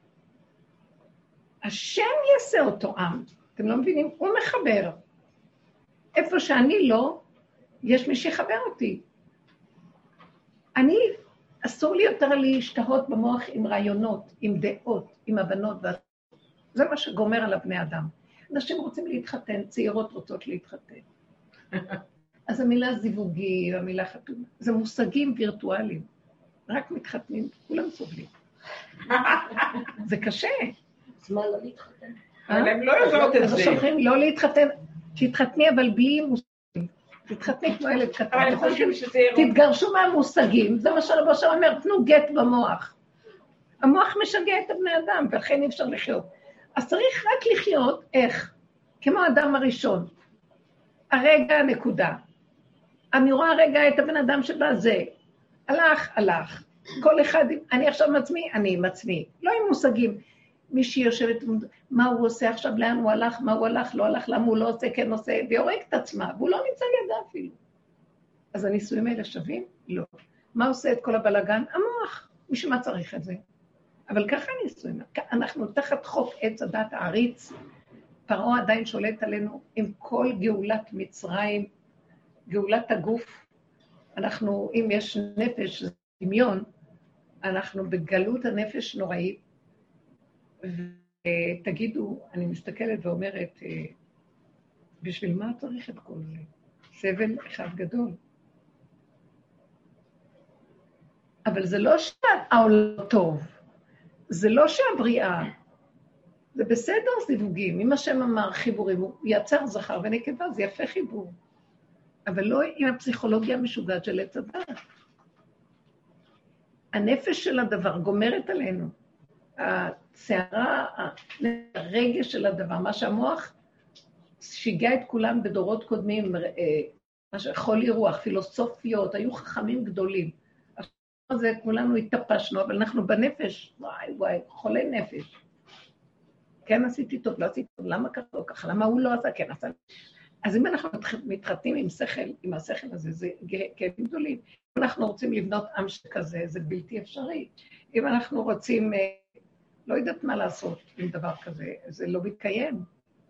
השם יעשה אותו עם, אתם לא מבינים? הוא מחבר. איפה שאני לא, יש מי שיחבר אותי. אני, אסור לי יותר להשתהות במוח עם רעיונות, עם דעות, עם הבנות. זה מה שגומר על הבני אדם. אנשים רוצים להתחתן, צעירות רוצות להתחתן. אז המילה זיווגי, המילה חתונה, זה מושגים וירטואליים. רק מתחתנים, כולם סובלים. זה קשה. אז מה לא להתחתן? אבל הם לא יודעות את זה. אז שולחים לא להתחתן, תתחתני אבל בלי מושגים. תתחתני כמו ילד קטן. אבל אני חושבת שזה... תתגרשו מהמושגים, זה מה שרבו שם אומר, תנו גט במוח. המוח משגע את הבני אדם, ולכן אי אפשר לחיות. אז צריך רק לחיות, איך? כמו האדם הראשון. הרגע הנקודה. אני רואה רגע את הבן אדם שבא זה. הלך. כל אחד, אני עכשיו מעצמי, אני עם עצמי. לא עם מושגים. מי שיושבת, מה הוא עושה עכשיו, לאן הוא הלך, מה הוא הלך, לא הלך, למה הוא לא עושה, כן עושה, והורג את עצמה, והוא לא נמצא לידה אפילו. אז הניסויים האלה שווים? לא. מה עושה את כל הבלגן? המוח. משום מה צריך את זה. אבל ככה ניסויים. אנחנו תחת חוק עץ הדת העריץ, פרעה עדיין שולט עלינו עם כל גאולת מצרים, גאולת הגוף. אנחנו, אם יש נפש, זה דמיון, אנחנו בגלות הנפש נוראית, ותגידו, אני מסתכלת ואומרת, בשביל מה צריך את כל זה? סבל אחד גדול. אבל זה לא שהעולם טוב, זה לא שהבריאה, זה בסדר זיווגים, אם השם אמר חיבורים, הוא יצר זכר ונקבה, זה יפה חיבור. אבל לא עם הפסיכולוגיה המשוגעת של עץ הדת. הנפש של הדבר גומרת עלינו. הצערה, הרגש של הדבר, מה שהמוח שיגע את כולם בדורות קודמים, מה שחולי רוח, פילוסופיות, היו חכמים גדולים. עכשיו זה כולנו התטפשנו, אבל אנחנו בנפש, וואי, חולי נפש. כן עשיתי טוב, לא עשיתי טוב, למה ככה לא ככה, למה הוא לא עשה, כן עשה. אז אם אנחנו מתחתנים עם שכל, עם השכל הזה, זה כאבים גדולים. אם אנחנו רוצים לבנות עם שכזה, זה בלתי אפשרי. אם אנחנו רוצים, לא יודעת מה לעשות עם דבר כזה, זה לא מתקיים.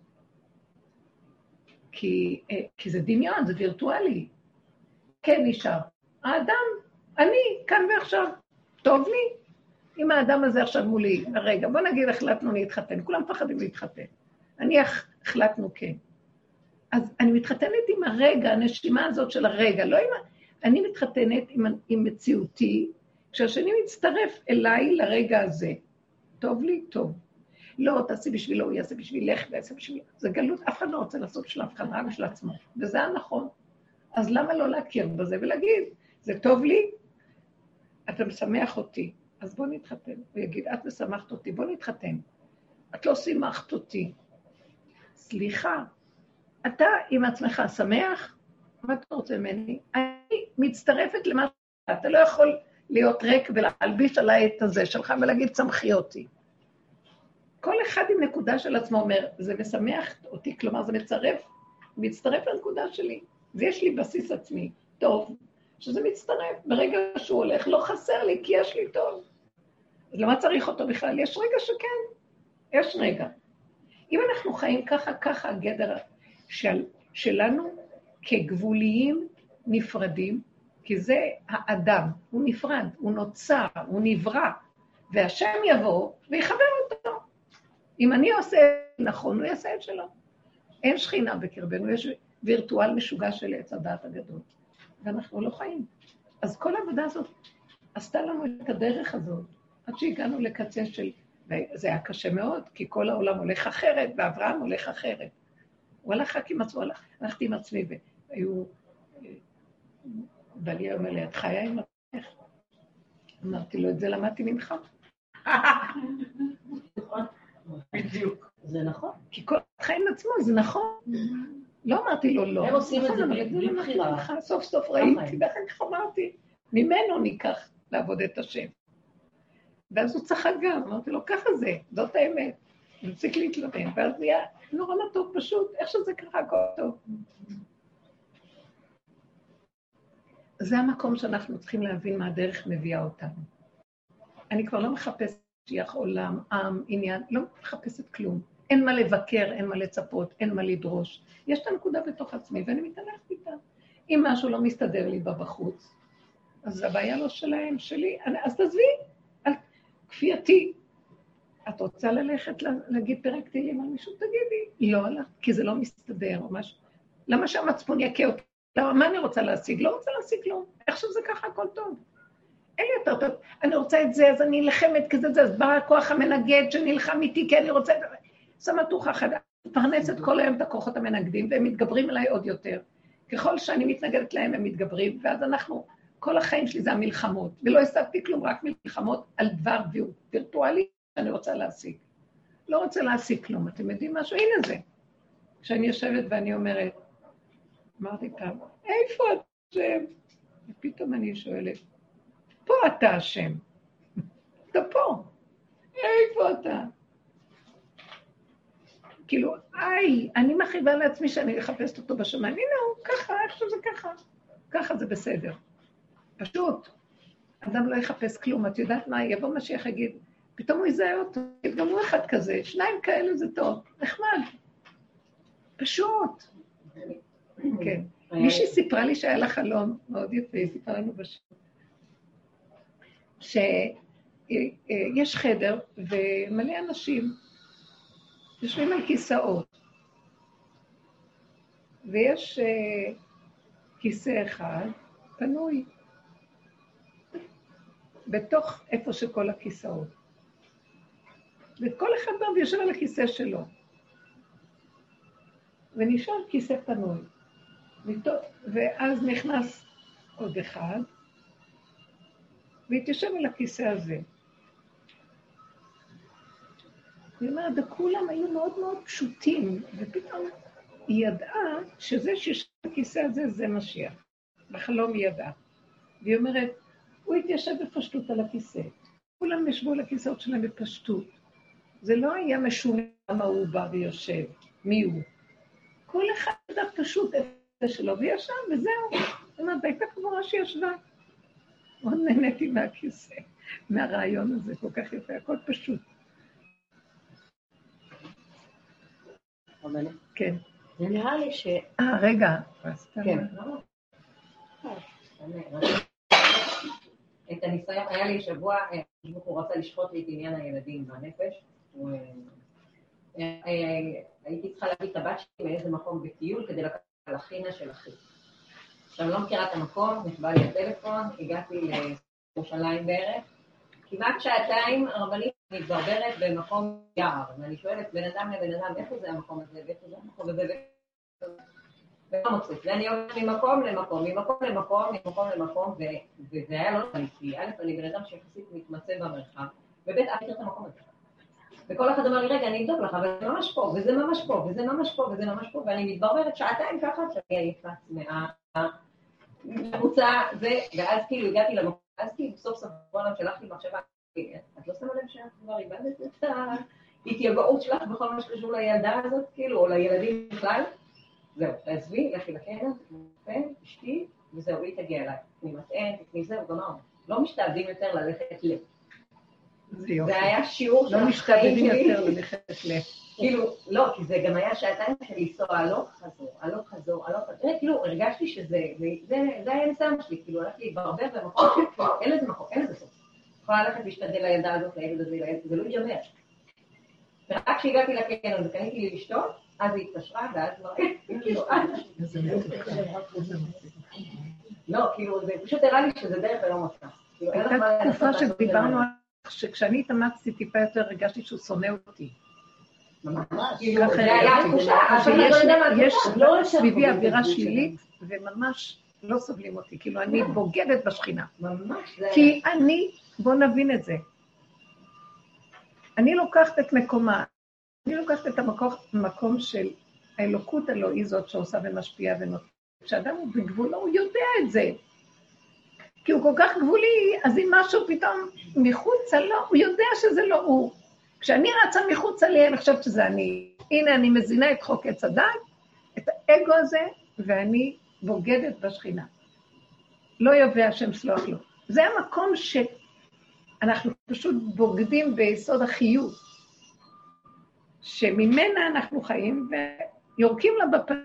כי זה דמיון, זה וירטואלי. כן נשאר. האדם, אני, כאן ועכשיו, טוב לי. אם האדם הזה עכשיו מולי, הרגע, בוא נגיד, החלטנו להתחתן, כולם פחדים להתחתן. אני החלטנו כן. אז אני מתחתנת עם הרגע, הנשימה הזאת של הרגע, לא עם... אני מתחתנת עם מציאותי, כשהשני מצטרף אליי לרגע הזה. טוב לי? טוב. לא, תעשי בשבילו, הוא יעשה בשבילך, ויעשה בשבילי. זה גלות, אף אחד לא רוצה לעשות של אף אחד, רק של עצמו. וזה הנכון. אז למה לא להכיר בזה ולהגיד, זה טוב לי? אתה משמח אותי, אז בוא נתחתן. הוא יגיד, את משמחת אותי, בוא נתחתן. את לא שימחת אותי. סליחה. אתה עם עצמך שמח? מה אתה רוצה ממני? אני מצטרפת למה אתה לא יכול להיות ריק ולהלביש עליי את הזה שלך ולהגיד, צמחי אותי. כל אחד עם נקודה של עצמו אומר, זה משמח אותי, כלומר זה מצטרף לנקודה שלי. ויש לי בסיס עצמי, טוב, שזה מצטרף. ברגע שהוא הולך, לא חסר לי, כי יש לי טוב. אז למה צריך אותו בכלל? יש רגע שכן, יש רגע. אם אנחנו חיים ככה הגדר שלנו כגבוליים נפרדים, כי זה האדם, הוא נפרד, הוא נוצר, הוא נברא, והשם יבוא ויחבר אותו. אם אני עושה נכון, הוא יעשה את שלו. אין שכינה בקרבנו, יש וירטואל משוגע של עץ הדעת הגדול, ואנחנו לא חיים. אז כל העבודה הזאת עשתה לנו את הדרך הזאת, עד שהגענו לקצה של, וזה היה קשה מאוד, כי כל העולם הולך אחרת, ואברהם הולך אחרת. הוא הלך רק עם עצמו, הלכתי עם עצמי, והיו, ואלי אומר לי, את חיה עם עצמך? אמרתי לו, את זה למדתי ממך. בדיוק. זה נכון. כי כל חיים עצמו, זה נכון. לא אמרתי לו לא. הם עושים את זה בלי בחירה. סוף סוף ראיתי, ואחר כך אמרתי, ממנו ניקח לעבוד את השם. ואז הוא צחק גם, אמרתי לו, ככה זה, זאת האמת. נפסיק להתלבן, ואז נהיה נורא מתוק פשוט, איך שזה ככה הכל טוב. זה המקום שאנחנו צריכים להבין מה הדרך מביאה אותנו. אני כבר לא מחפשת שיח עולם, עם, עניין, לא מחפשת כלום. אין מה לבקר, אין מה לצפות, אין מה לדרוש. יש את הנקודה בתוך עצמי, ואני מתהלכת איתה. אם משהו לא מסתדר לי בחוץ, אז הבעיה לא שלהם, שלי, אז תעזבי, כפייתי. את רוצה ללכת להגיד פרק תהילים על מישהו? תגידי. לא הלכת, כי זה לא מסתדר או משהו. למה שהמצפון יקה אותי? מה אני רוצה להשיג? לא רוצה להשיג כלום. איך שזה ככה, הכל טוב. אין לי יותר טוב. אני רוצה את זה, אז אני נלחמת כזה, אז בא הכוח המנגד שנלחם איתי, כי אני רוצה את זה. שמה תוכה חדה, פרנסת כל היום את הכוחות המנגדים, והם מתגברים אליי עוד יותר. ככל שאני מתנגדת להם, הם מתגברים, ואז אנחנו, כל החיים שלי זה המלחמות, ולא השגתי כלום, רק מלחמות על דבר וירטואלי שאני רוצה להשיג. לא רוצה להשיג כלום, אתם יודעים משהו? הנה זה. כשאני יושבת ואני אומרת, אמרתי פעם, איפה את השם? ופתאום אני שואלת, פה אתה השם. אתה פה. איפה אתה? כאילו, אני מכיבה לעצמי שאני מחפשת אותו בשמיים. הנה הוא, ככה, איך שזה ככה. ככה זה בסדר. פשוט. אדם לא יחפש כלום. את יודעת מה? יבוא משיח יגיד, פתאום הוא יזהה אותו. גם הוא אחד כזה. שניים כאלה זה טוב. נחמד. פשוט. כן. מישהי סיפרה לי שהיה לה חלום מאוד יפה, היא סיפרה לנו בשם. שיש חדר ומלא אנשים יושבים על כיסאות. ויש כיסא אחד פנוי. בתוך איפה שכל הכיסאות. וכל אחד בא ויושב על הכיסא שלו. ונשאר כיסא פנוי. ואז נכנס עוד אחד, והתיישב על הכיסא הזה. היא אומרת, וכולם היו מאוד מאוד פשוטים, ופתאום היא ידעה שזה שישב על הכיסא הזה, זה משיח. בחלום היא ידעה. והיא אומרת, הוא התיישב בפשטות על הכיסא. כולם ישבו על הכיסאות שלהם בפשטות. זה לא היה משונה מה הוא בא ויושב, מי הוא. כל אחד ידע פשוט את זה שלו, וישב, וזהו. זאת אומרת, הייתה קבורה שישבה. מאוד נהניתי מהכיסא, מהרעיון הזה, כל כך יפה, הכל פשוט. כן. זה נראה לי ש... רגע. כן. את הניסיון, היה לי שבוע, הוא רצה לשפוט לי את עניין הילדים והנפש. הייתי צריכה להביא את הבת שלי מאיזה מקום בטיול כדי לקחת על החינה של אחי. עכשיו, אני לא מכירה את המקום, נשבע לי הטלפון, הגעתי לירושלים בערך, כמעט שעתיים הרבנית מתברברת במקום יער, ואני שואלת בן אדם לבן אדם, איפה זה המקום הזה, ואיפה זה המקום הזה, ולא מוצאת, ואני עוברת ממקום למקום, ממקום למקום, וזה היה לא נתניסי, א', אני בן אדם שיחסית מתמצא במרחב, וב' אף מכיר את המקום הזה. וכל אחד אומר לי, רגע, אני אבדוק לך, אבל זה ממש פה, וזה ממש פה, וזה ממש פה, וזה ממש פה, ואני מתברברת שעתיים ככה, שאני עייפה מהחוצה, ואז כאילו הגעתי למקום, אז כאילו בסוף סוף בעולם שלחתי מחשבה, את לא שמה לב שאת כבר איבדת את ההתייגעות שלך בכל מה שקשור לילדה הזאת, כאילו, או לילדים בכלל? זהו, תעזבי, לכי לקנד, אשתי, וזהו, היא תגיע אליי. אני מטען, תקני זהו, גמרנו. לא משתעבדים יותר ללכת ל... זה היה שיעור של החיים שלי. לא משתעבדים יותר ללכת ל... כאילו, לא, כי זה גם היה שעתיים של לנסוע הלוך חזור. כאילו, הרגשתי שזה היה ניסיון שלי, כאילו, הלכתי להתברבר במקום, אין לזה מקום, אין לזה סוף. יכולה ללכת להשתדל לילדה הזאת, לילד הזה, זה לא ייגמר. ורק כשהגעתי לקנון וקניתי לי לשתות, אז היא התקשרה, ואז כבר, כאילו, לא, כאילו, זה פשוט הראה לי שזה דרך ולא מסע. הייתה תקופה שדיברנו על שכשאני התאמצתי טיפה יותר, הרגשתי שהוא שונא אותי. ממש. זה היה תחושה, יש סביבי אווירה שלילית, וממש לא סובלים אותי, כאילו אני בוגדת בשכינה. ממש. כי אני, בוא נבין את זה. אני לוקחת את מקומה, אני לוקחת את המקום של האלוקות הלא היא זאת שעושה ומשפיעה ונותנת. כשאדם הוא בגבולו, הוא יודע את זה. כי הוא כל כך גבולי, אז אם משהו פתאום מחוצה לו, הוא יודע שזה לא הוא. כשאני רצה מחוצה לי, אני חושבת שזה אני. הנה, אני מזינה את חוק עץ הדת, את האגו הזה, ואני בוגדת בשכינה. לא יובא השם סלוח לו. זה המקום שאנחנו פשוט בוגדים ביסוד החיות, שממנה אנחנו חיים ויורקים לה בפנים.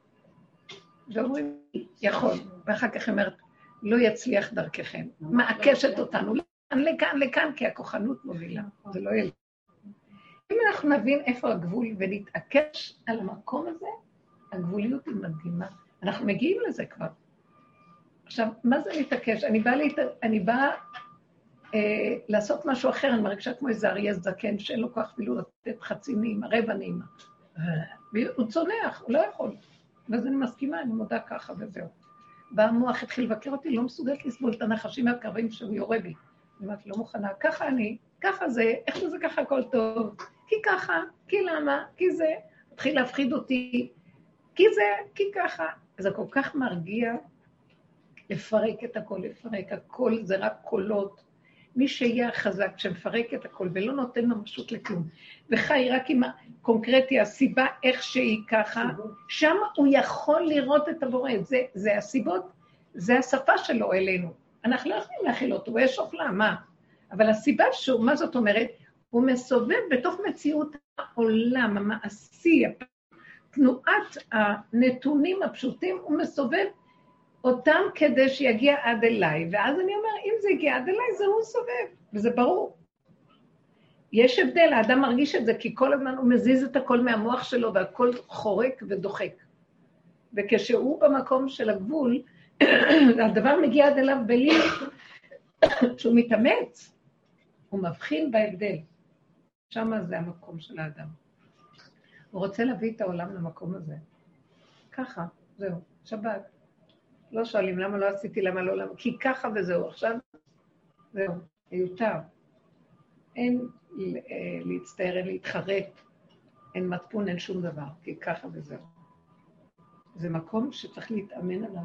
ואומרים, יכול, ואחר כך אומרת, לא יצליח דרככם, מעקשת אותנו, לכאן, כי הכוחנות מובילה, זה לא ילך. אם אנחנו נבין איפה הגבול ונתעקש על המקום הזה, הגבוליות היא מדהימה. אנחנו מגיעים לזה כבר. עכשיו, מה זה להתעקש? אני באה לעשות משהו אחר, אני מרגישה כמו איזה אריה זקן, שאין לו כוח אפילו לתת חצי נעימה, רבע נעימה. והוא צונח, הוא לא יכול. ואז אני מסכימה, אני מודה ככה וזהו. בא המוח התחיל לבקר אותי, לא מסוגלת לסבול את הנחשים מהקרבים שהוא יורה בי. אני אומרת, לא מוכנה, ככה אני, ככה זה, איך זה ככה הכל טוב? כי ככה, כי למה, כי זה. התחיל להפחיד אותי, כי זה, כי ככה. זה כל כך מרגיע לפרק את הכל, לפרק הכל, זה רק קולות. מי שיהיה חזק שמפרק את הכל ולא נותן ממשות לכלום, וחי רק עם הקונקרטי, הסיבה איך שהיא ככה, שם הוא יכול לראות את הבורא. זה הסיבות, זה השפה שלו אלינו. אנחנו לא יכולים להכיל אותו, הוא יש אוכלה, מה? אבל הסיבה שהוא, מה זאת אומרת? הוא מסובב בתוך מציאות העולם, המעשי, תנועת הנתונים הפשוטים, הוא מסובב אותם כדי שיגיע עד אליי, ואז אני אומר, אם זה הגיע עד אליי, זה הוא סובב, וזה ברור. יש הבדל, האדם מרגיש את זה, כי כל הזמן הוא מזיז את הכל מהמוח שלו, והכל חורק ודוחק. וכשהוא במקום של הגבול, הדבר מגיע עד אליו בלי, שהוא מתאמץ, הוא מבחין בהבדל. שמה זה המקום של האדם. הוא רוצה להביא את העולם למקום הזה. ככה, זהו, שבת. לא שואלים למה לא עשיתי, למה לא, למה, כי ככה וזהו, עכשיו, זהו, מיותר. אין להצטער, אין להתחרט, אין מצפון, אין שום דבר, כי ככה וזהו. זה מקום שצריך להתאמן עליו.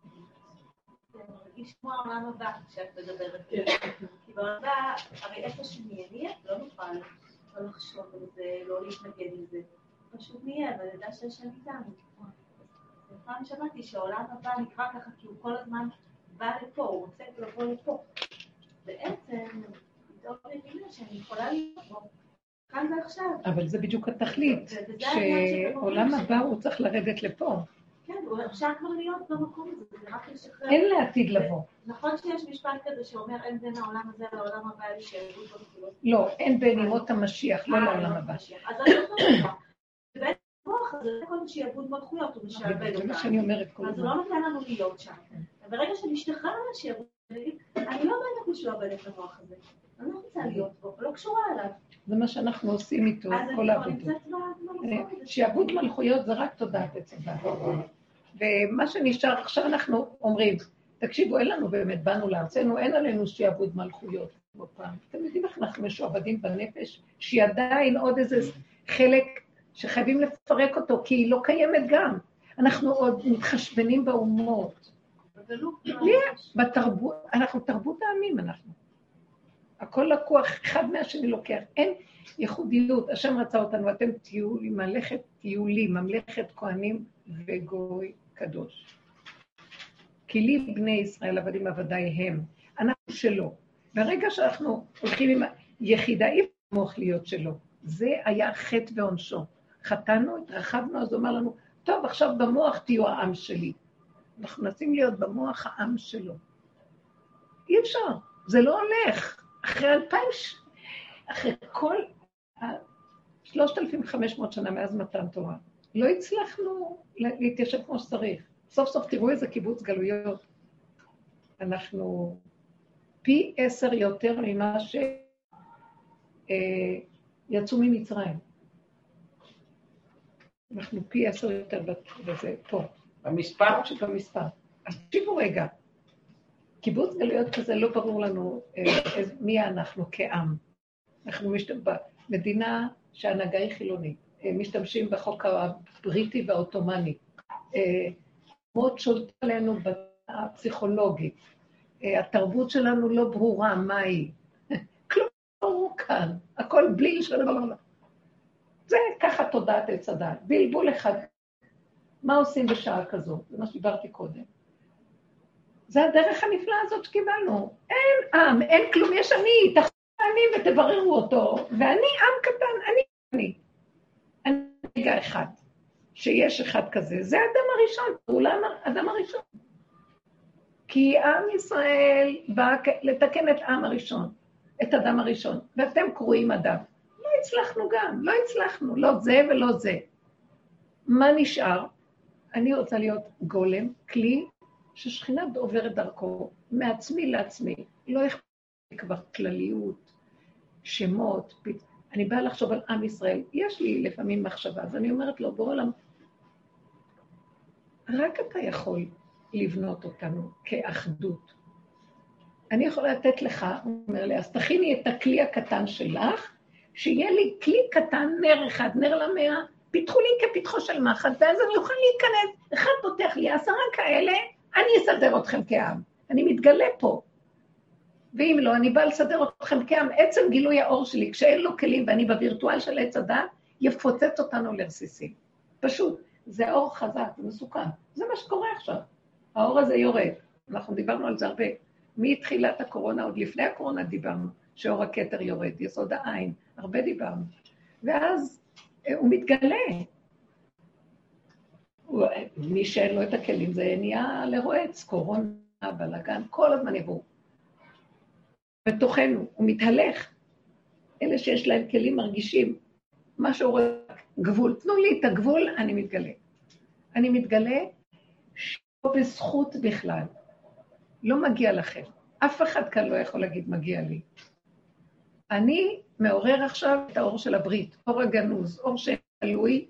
מרגיש כמו העולם הבא כשאת מדברת. כי בעולם הבא, הרי איפה שנהיה, לא נוכל לא לחשוב על זה, לא להתנגד לזה. פשוט נהיה, אבל ידע שהשם איתנו. פעם שמעתי שהעולם הבא נקרא ככה, כי הוא כל הזמן בא לפה, הוא רוצה לבוא לפה. בעצם, פתאום מבינה שאני יכולה להיות בו, כאן ועכשיו. אבל זה בדיוק התכלית, שעולם הבא הוא צריך לרדת לפה. כן, הוא אפשר כבר להיות במקום הזה, זה רק לשחרר. אין לעתיד לבוא. נכון שיש משפט כזה שאומר, אין בין העולם הזה לעולם הבא, לי שיעבוד בו. לא, אין בין ימות המשיח, לא לעולם הבא. אז אני לא חושבת. ובעצם המוח הזה, זה כל שיעבוד מלכויות, הוא משעבד אותנו. זה מה שאני אומרת כל אז הוא לא נותן לנו להיות שם. ברגע שנשתחרר מהשיעבוד, אני לא באמת משועבד את המוח הזה. אני לא רוצה להיות בו, לא קשורה אליו. זה מה שאנחנו עושים איתו, כל העבודות. שיעבוד מלכויות זה רק תודעת הצדה. ומה שנשאר, עכשיו אנחנו אומרים, תקשיבו, אין לנו באמת, באנו לארצנו, אין עלינו שיעבוד מלכויות. אתם יודעים איך אנחנו משועבדים בנפש, שהיא עדיין עוד איזה חלק שחייבים לפרק אותו, כי היא לא קיימת גם. אנחנו עוד מתחשבנים באומות. בתרבות, אנחנו תרבות העמים, אנחנו. הכל לקוח, אחד מהשני לוקח. אין ייחודיות, השם רצה אותנו, אתם תהיו לי מלאכת טיולים, ממלכת כהנים וגוי קדוש. כי לי בני ישראל עבדים עבדי הם, אנחנו שלו. ברגע שאנחנו הולכים עם יחידה, אי מוח להיות שלו, זה היה חטא ועונשו. חטאנו, התרחבנו, אז הוא אומר לנו, טוב, עכשיו במוח תהיו העם שלי. אנחנו נסים להיות במוח העם שלו. אי אפשר, זה לא הולך. אחרי כל 3,500 שנה מאז מתן תורה, לא הצלחנו להתיישב כמו שצריך. סוף סוף תראו איזה קיבוץ גלויות. אנחנו פי 10 יותר ממה שיצאו ממצרים. אנחנו פי 10 יותר בזה, פה. במספר? במספר. אז תקשיבו רגע. קיבוץ גלויות כזה לא ברור לנו מי אנחנו כעם. אנחנו במדינה שההנהגה היא חילונית. משתמשים בחוק הבריטי והאוטומני. מאוד שולט עלינו בפסיכולוגית. התרבות שלנו לא ברורה, מה היא? כלום לא ברור כאן, הכל בליל של דבר. זה ככה תודעת עץ הדעת, בלבול אחד. מה עושים בשעה כזו? זה מה שדיברתי קודם. זה הדרך הנפלאה הזאת שקיבלנו. אין עם, אין כלום, יש אני, תחזור אני ותבררו אותו, ואני עם קטן, אני רגע אחד, שיש אחד כזה, זה האדם הראשון, הוא האדם הראשון. כי עם ישראל בא לתקן את עם הראשון, את אדם הראשון, ואתם קרואים אדם. לא הצלחנו גם, לא הצלחנו, לא זה ולא זה. מה נשאר? אני רוצה להיות גולם, כלי, ששכינה עוברת דרכו, מעצמי לעצמי, לא אכפת לי כבר כלליות, שמות, אני באה לחשוב על עם ישראל, יש לי לפעמים מחשבה, אז אני אומרת לו, בוא עולם, רק אתה יכול לבנות אותנו כאחדות. אני יכולה לתת לך, הוא אומר לי, אז תכיני את הכלי הקטן שלך, שיהיה לי כלי קטן, נר אחד, נר למאה, פיתחו לי כפיתחו של מחט, ואז אני אוכל להיכנס, אחד פותח לי 10 כאלה, אני אסדר אתכם כעם, אני מתגלה פה. ואם לא, אני באה לסדר אתכם כעם, עצם גילוי האור שלי, כשאין לו כלים ואני בווירטואל של עץ הדת, יפוצץ אותנו לרסיסים. פשוט, זה האור חזק, זה מסוכן. זה מה שקורה עכשיו. האור הזה יורד. אנחנו דיברנו על זה הרבה. מתחילת הקורונה, עוד לפני הקורונה דיברנו, שאור הכתר יורד, יסוד העין, הרבה דיברנו. ואז הוא מתגלה. מי שאין לו את הכלים, זה נהיה לרועץ, קורונה, בלגן, כל הזמן יבואו. בתוכנו, הוא מתהלך. אלה שיש להם כלים מרגישים, מה שהוא רואה, גבול. תנו לי את הגבול, אני מתגלה. אני מתגלה שלא בזכות בכלל. לא מגיע לכם. אף אחד כאן לא יכול להגיד מגיע לי. אני מעורר עכשיו את האור של הברית, אור הגנוז, אור שתלוי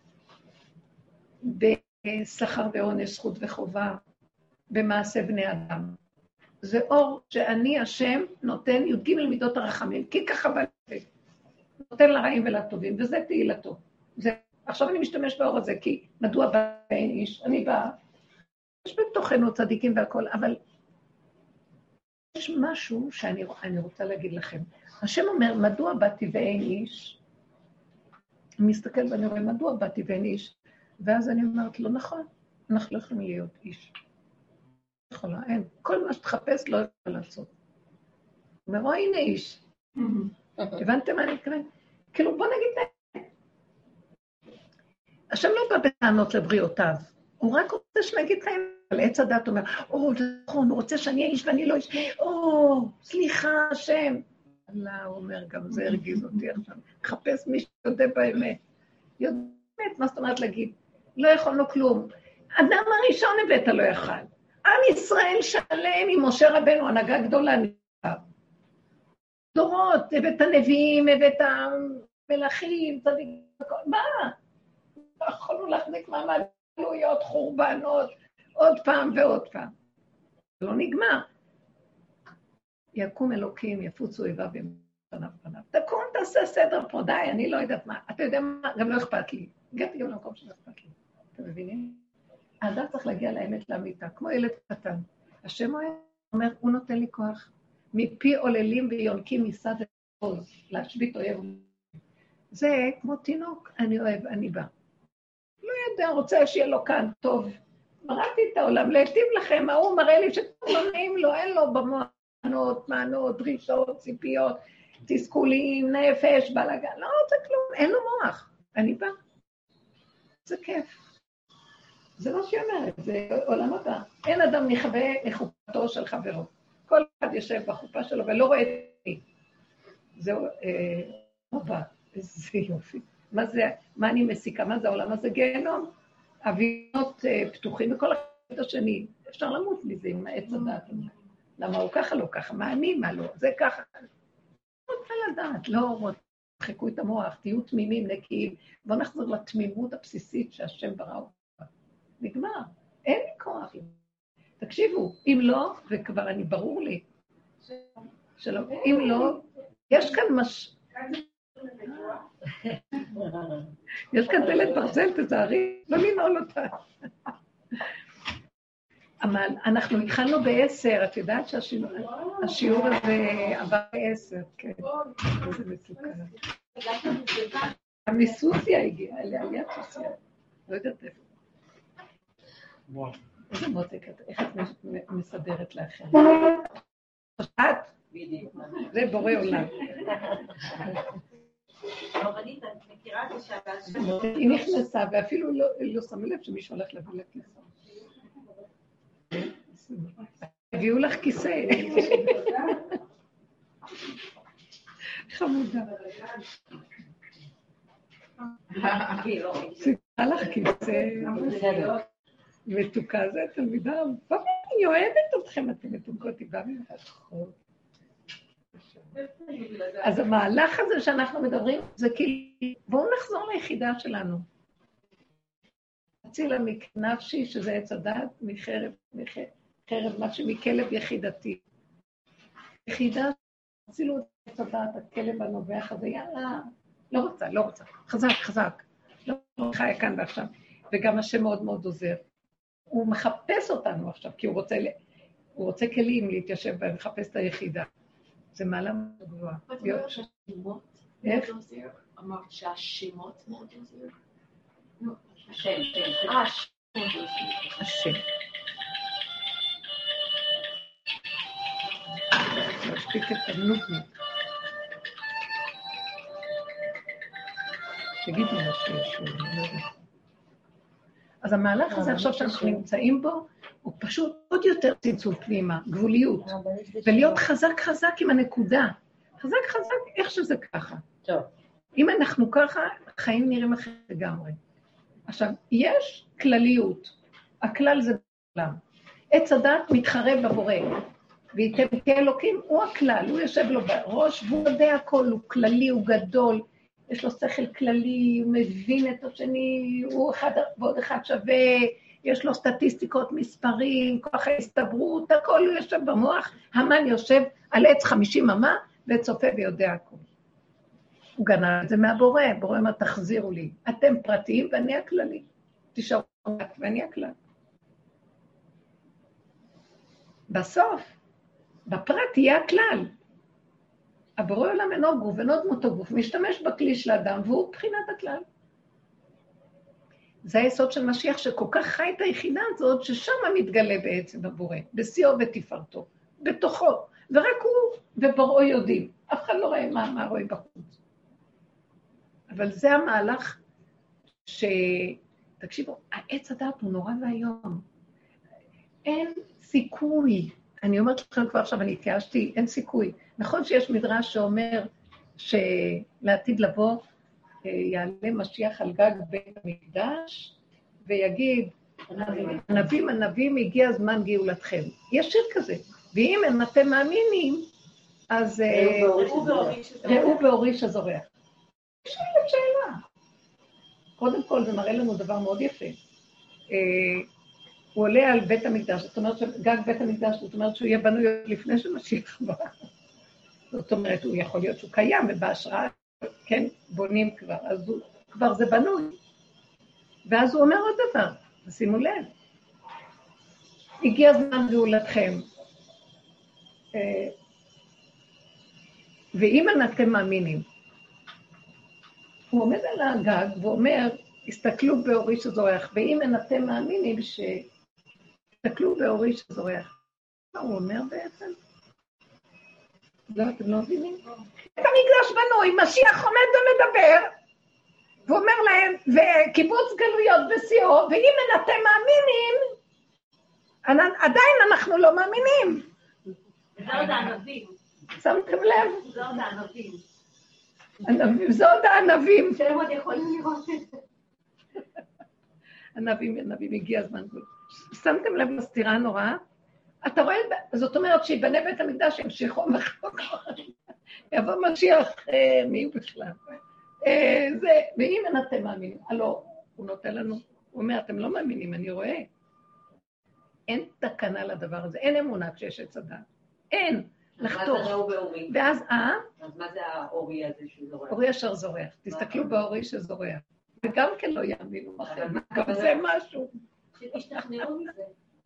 בשכר ועונש, זכות וחובה, במעשה בני אדם. זה אור שאני השם נותן י"ג מידות הרחמים, כי ככה בלב, נותן לרעים ולטובים, וזה תהילתו. עכשיו אני משתמש באור הזה, כי מדוע בא אין איש? אני באה, יש בתוכנו צדיקים והכל, אבל יש משהו שאני רוצה להגיד לכם. השם אומר, מדוע באתי ואין איש? אני מסתכל ואני רואה, מדוע באתי ואין איש? ואז אני אומרת, לא נכון, אנחנו לא יכולים להיות איש. יכולה, אין. כל מה שתחפש לא יכול לעשות. הוא אומר, הנה איש. הבנתם מה אני מתכוון? כאילו, בוא נגיד להם. השם לא בא בטענות לבריאותיו. הוא רק רוצה שנגיד להם, על עץ הדת אומר, נכון, הוא רוצה שאני אהיה איש ואני לא איש. סליחה, השם. לא, הוא אומר, גם זה הרגיז אותי עכשיו. חפש מי שיודע באמת. יודע באמת, מה זאת אומרת להגיד? לא יכולנו כלום. אדם הראשון הבאת לא יכל. עם ישראל שלם עם משה רבנו, הנהגה גדולה נשאר. דורות, הבאת הנביאים, הבאת המלכים, צדיקים, מה? לא יכולנו להחזיק מעמד, גלויות, חורבנות, עוד פעם ועוד פעם. לא נגמר. יקום אלוקים, יפוצו איבה פניו. תקום, תעשה סדר פה, די, אני לא יודעת מה. אתה יודע מה? גם לא אכפת לי. הגעתי גם למקום שלא אכפת לי. אתם מבינים? האדם צריך להגיע לאמת לאמיתה, כמו ילד קטן. השם אומר, הוא נותן לי כוח. מפי עוללים ויונקים מסד ועוז, להשבית אויב. זה כמו תינוק, אני אוהב, אני בא. לא יודע, רוצה שיהיה לו כאן, טוב. מראתי את העולם, להיטיב לכם, ההוא מראה לי שלא נעים לו, אין לו במענות, מענות, דרישות, ציפיות, תסכולים, נפש, בלגן, לא רוצה כלום, אין לו מוח. אני בא. זה כיף. זה מה שהיא אומרת, זה עולם הבא. אין אדם נכווה לחופתו של חברו. כל אחד יושב בחופה שלו ולא רואה את מי. זהו, הבא, איזה יופי. מה זה, מה אני מסיקה? מה זה העולם הזה? גיהנום. אבינות פתוחים וכל אחד השני. אפשר למות מזה עם העץ הדעת. למה הוא ככה לא ככה? מה אני, מה לא? זה ככה. לא רוצה לדעת, לא תחקו את המוח, תהיו תמימים, נקיים. בואו נחזור לתמימות הבסיסית שהשם ברא אותה. נגמר, אין לי כוח. תקשיבו, אם לא, וכבר אני ברור לי, שלום, אם לא, יש כאן יש כאן דלת ברזל, תזהרי, לא לנעול אותה. אבל אנחנו התחלנו ב10, את יודעת שהשיעור הזה עבר ב10, כן. זה מסוכן. מסוסיה הגיעה, לעליית סוסיה. לא יודעת איפה. איזה מותק, איך את מסדרת לאחר? את? זה בורא עולם. היא נכנסה ואפילו לא שמה לב שמישהו הולך להביא לה כיסא. הביאו לך כיסא. חמודה. סיפרה לך כיסא. מתוקה זה תלמידה. אני אוהבת אתכם, אתם מתוקות, היא באה ממך. אז המהלך הזה שאנחנו מדברים, זה כאילו, בואו נחזור ליחידה שלנו. הצילה מכנפשי, שזה עץ הדעת, מחרב, מה שמכלב יחידתי. יחידה, הצילו את עץ הדעת, הכלב הנובח הזה, יאללה, לא רוצה, חזק, לא חיה כאן ועכשיו, וגם השם מאוד מאוד עוזר. הוא מחפש אותנו עכשיו, כי הוא רוצה כלים להתיישב בהם, מחפש את היחידה. זה מעלה מאוד גבוהה. איך? אמרת שהשמות מאוד עוזר? השם. משתיק את הנודניק. תגידו משהו. אז המהלך הזה עכשיו שאנחנו נמצאים בו, הוא פשוט עוד יותר צמצום פנימה, גבוליות. ולהיות חזק עם הנקודה. חזק, איך שזה ככה. טוב. אם אנחנו ככה, החיים נראים אחרת לגמרי. עכשיו, יש כלליות. הכלל זה בעולם. עץ הדת מתחרה בבורא. וייתם כאלוקים, הוא הכלל, הוא יושב לו בראש, והוא יודע הכל, הוא כללי, הוא גדול. יש לו שכל כללי, הוא מבין את השני, הוא אחד ועוד אחד שווה, יש לו סטטיסטיקות, מספרים, כוח ההסתברות, הכל הוא יושב במוח, המן יושב על עץ 50 אמה, וצופה ויודע הכל. הוא גנב את זה מהבורא, בורא מה תחזירו לי, אתם פרטיים ואני הכללי, תשארו ואני הכלל. בסוף, בפרט יהיה הכלל. הבורא עולם אינו גוף, אינו דמותו גוף, משתמש בכלי של האדם, והוא בחינת הכלל. זה היסוד של משיח שכל כך חי את היחידה הזאת, ששם מתגלה בעצם הבורא, בשיאו ותפארתו, בתוכו, ורק הוא ובוראו יודעים, אף אחד לא רואה מה רואה בחוץ. אבל זה המהלך תקשיבו, העץ הדעת הוא נורא והיום. אין סיכוי, אני אומרת לכם כבר עכשיו, אני התייאשתי, אין סיכוי. נכון שיש מדרש שאומר שלעתיד לבוא, יעלה משיח על גג בית המקדש, ויגיד, הנביאים, הגיע זמן גאולתכם. יש שיר כזה, ואם אתם מאמינים, אז ראו באוריש הזורח. יש לי שאלה. קודם כל, זה מראה לנו דבר מאוד יפה. הוא עולה על בית המקדש, זאת אומרת שגג בית המקדש, זאת אומרת שהוא יהיה בנוי לפני שמשיח בא. זאת אומרת, הוא יכול להיות שהוא קיים, ובהשראה, כן, בונים כבר, אז כבר זה בנוי. ואז הוא אומר עוד דבר, שימו לב. הגיע זמן גאולתכם. ואם אתם מאמינים, הוא עומד על הגג ואומר, הסתכלו באוריש הזורח, ואם אתם מאמינים הסתכלו באוריש הזורח. מה הוא אומר בעצם? לא, אתם לא מבינים? את המקדש בנוי, משיח עומד ומדבר, ואומר להם, וקיבוץ גלויות בשיאו, ואם אתם מאמינים, עדיין אנחנו לא מאמינים. זה עוד הענבים. שמתם לב? זה עוד הענבים. זה עוד הענבים. שהם עוד יכולים לראות את זה. ענבים, הגיע הזמן. שמתם לב לסתירה הנוראה? אתה רואה, זאת אומרת שיבנה בית המקדש ימשיכו מחלוק. יבוא משיח, מי הוא בכלל? ואם אתם מאמינים, הלא, הוא נותן לנו, הוא אומר, אתם לא מאמינים, אני רואה. אין תקנה לדבר הזה, אין אמונה כשיש עץ הדת. אין. לחתוך. מה זה ראו באורי? ואז, אז מה זה האורי הזה שזורח? אורי אשר זורח. תסתכלו באורי שזורח. וגם כן לא יאמינו לכם, גם זה משהו. שתשתכנעו מזה.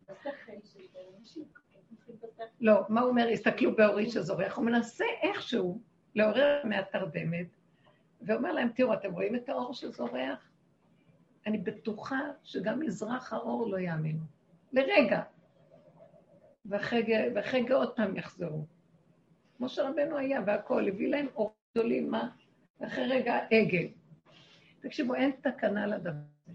לא, מה הוא אומר? הסתכלו באורי שזורח. הוא מנסה איכשהו לעורר מהתרדמת, ואומר להם, תראו, אתם רואים את האור שזורח? אני בטוחה שגם מזרח האור לא יאמינו. לרגע. ואחרי עוד פעם יחזרו. כמו שרבנו היה, והכל הביא להם אור גדולים, מה? ואחרי רגע עגל. תקשיבו, אין תקנה לדבר הזה.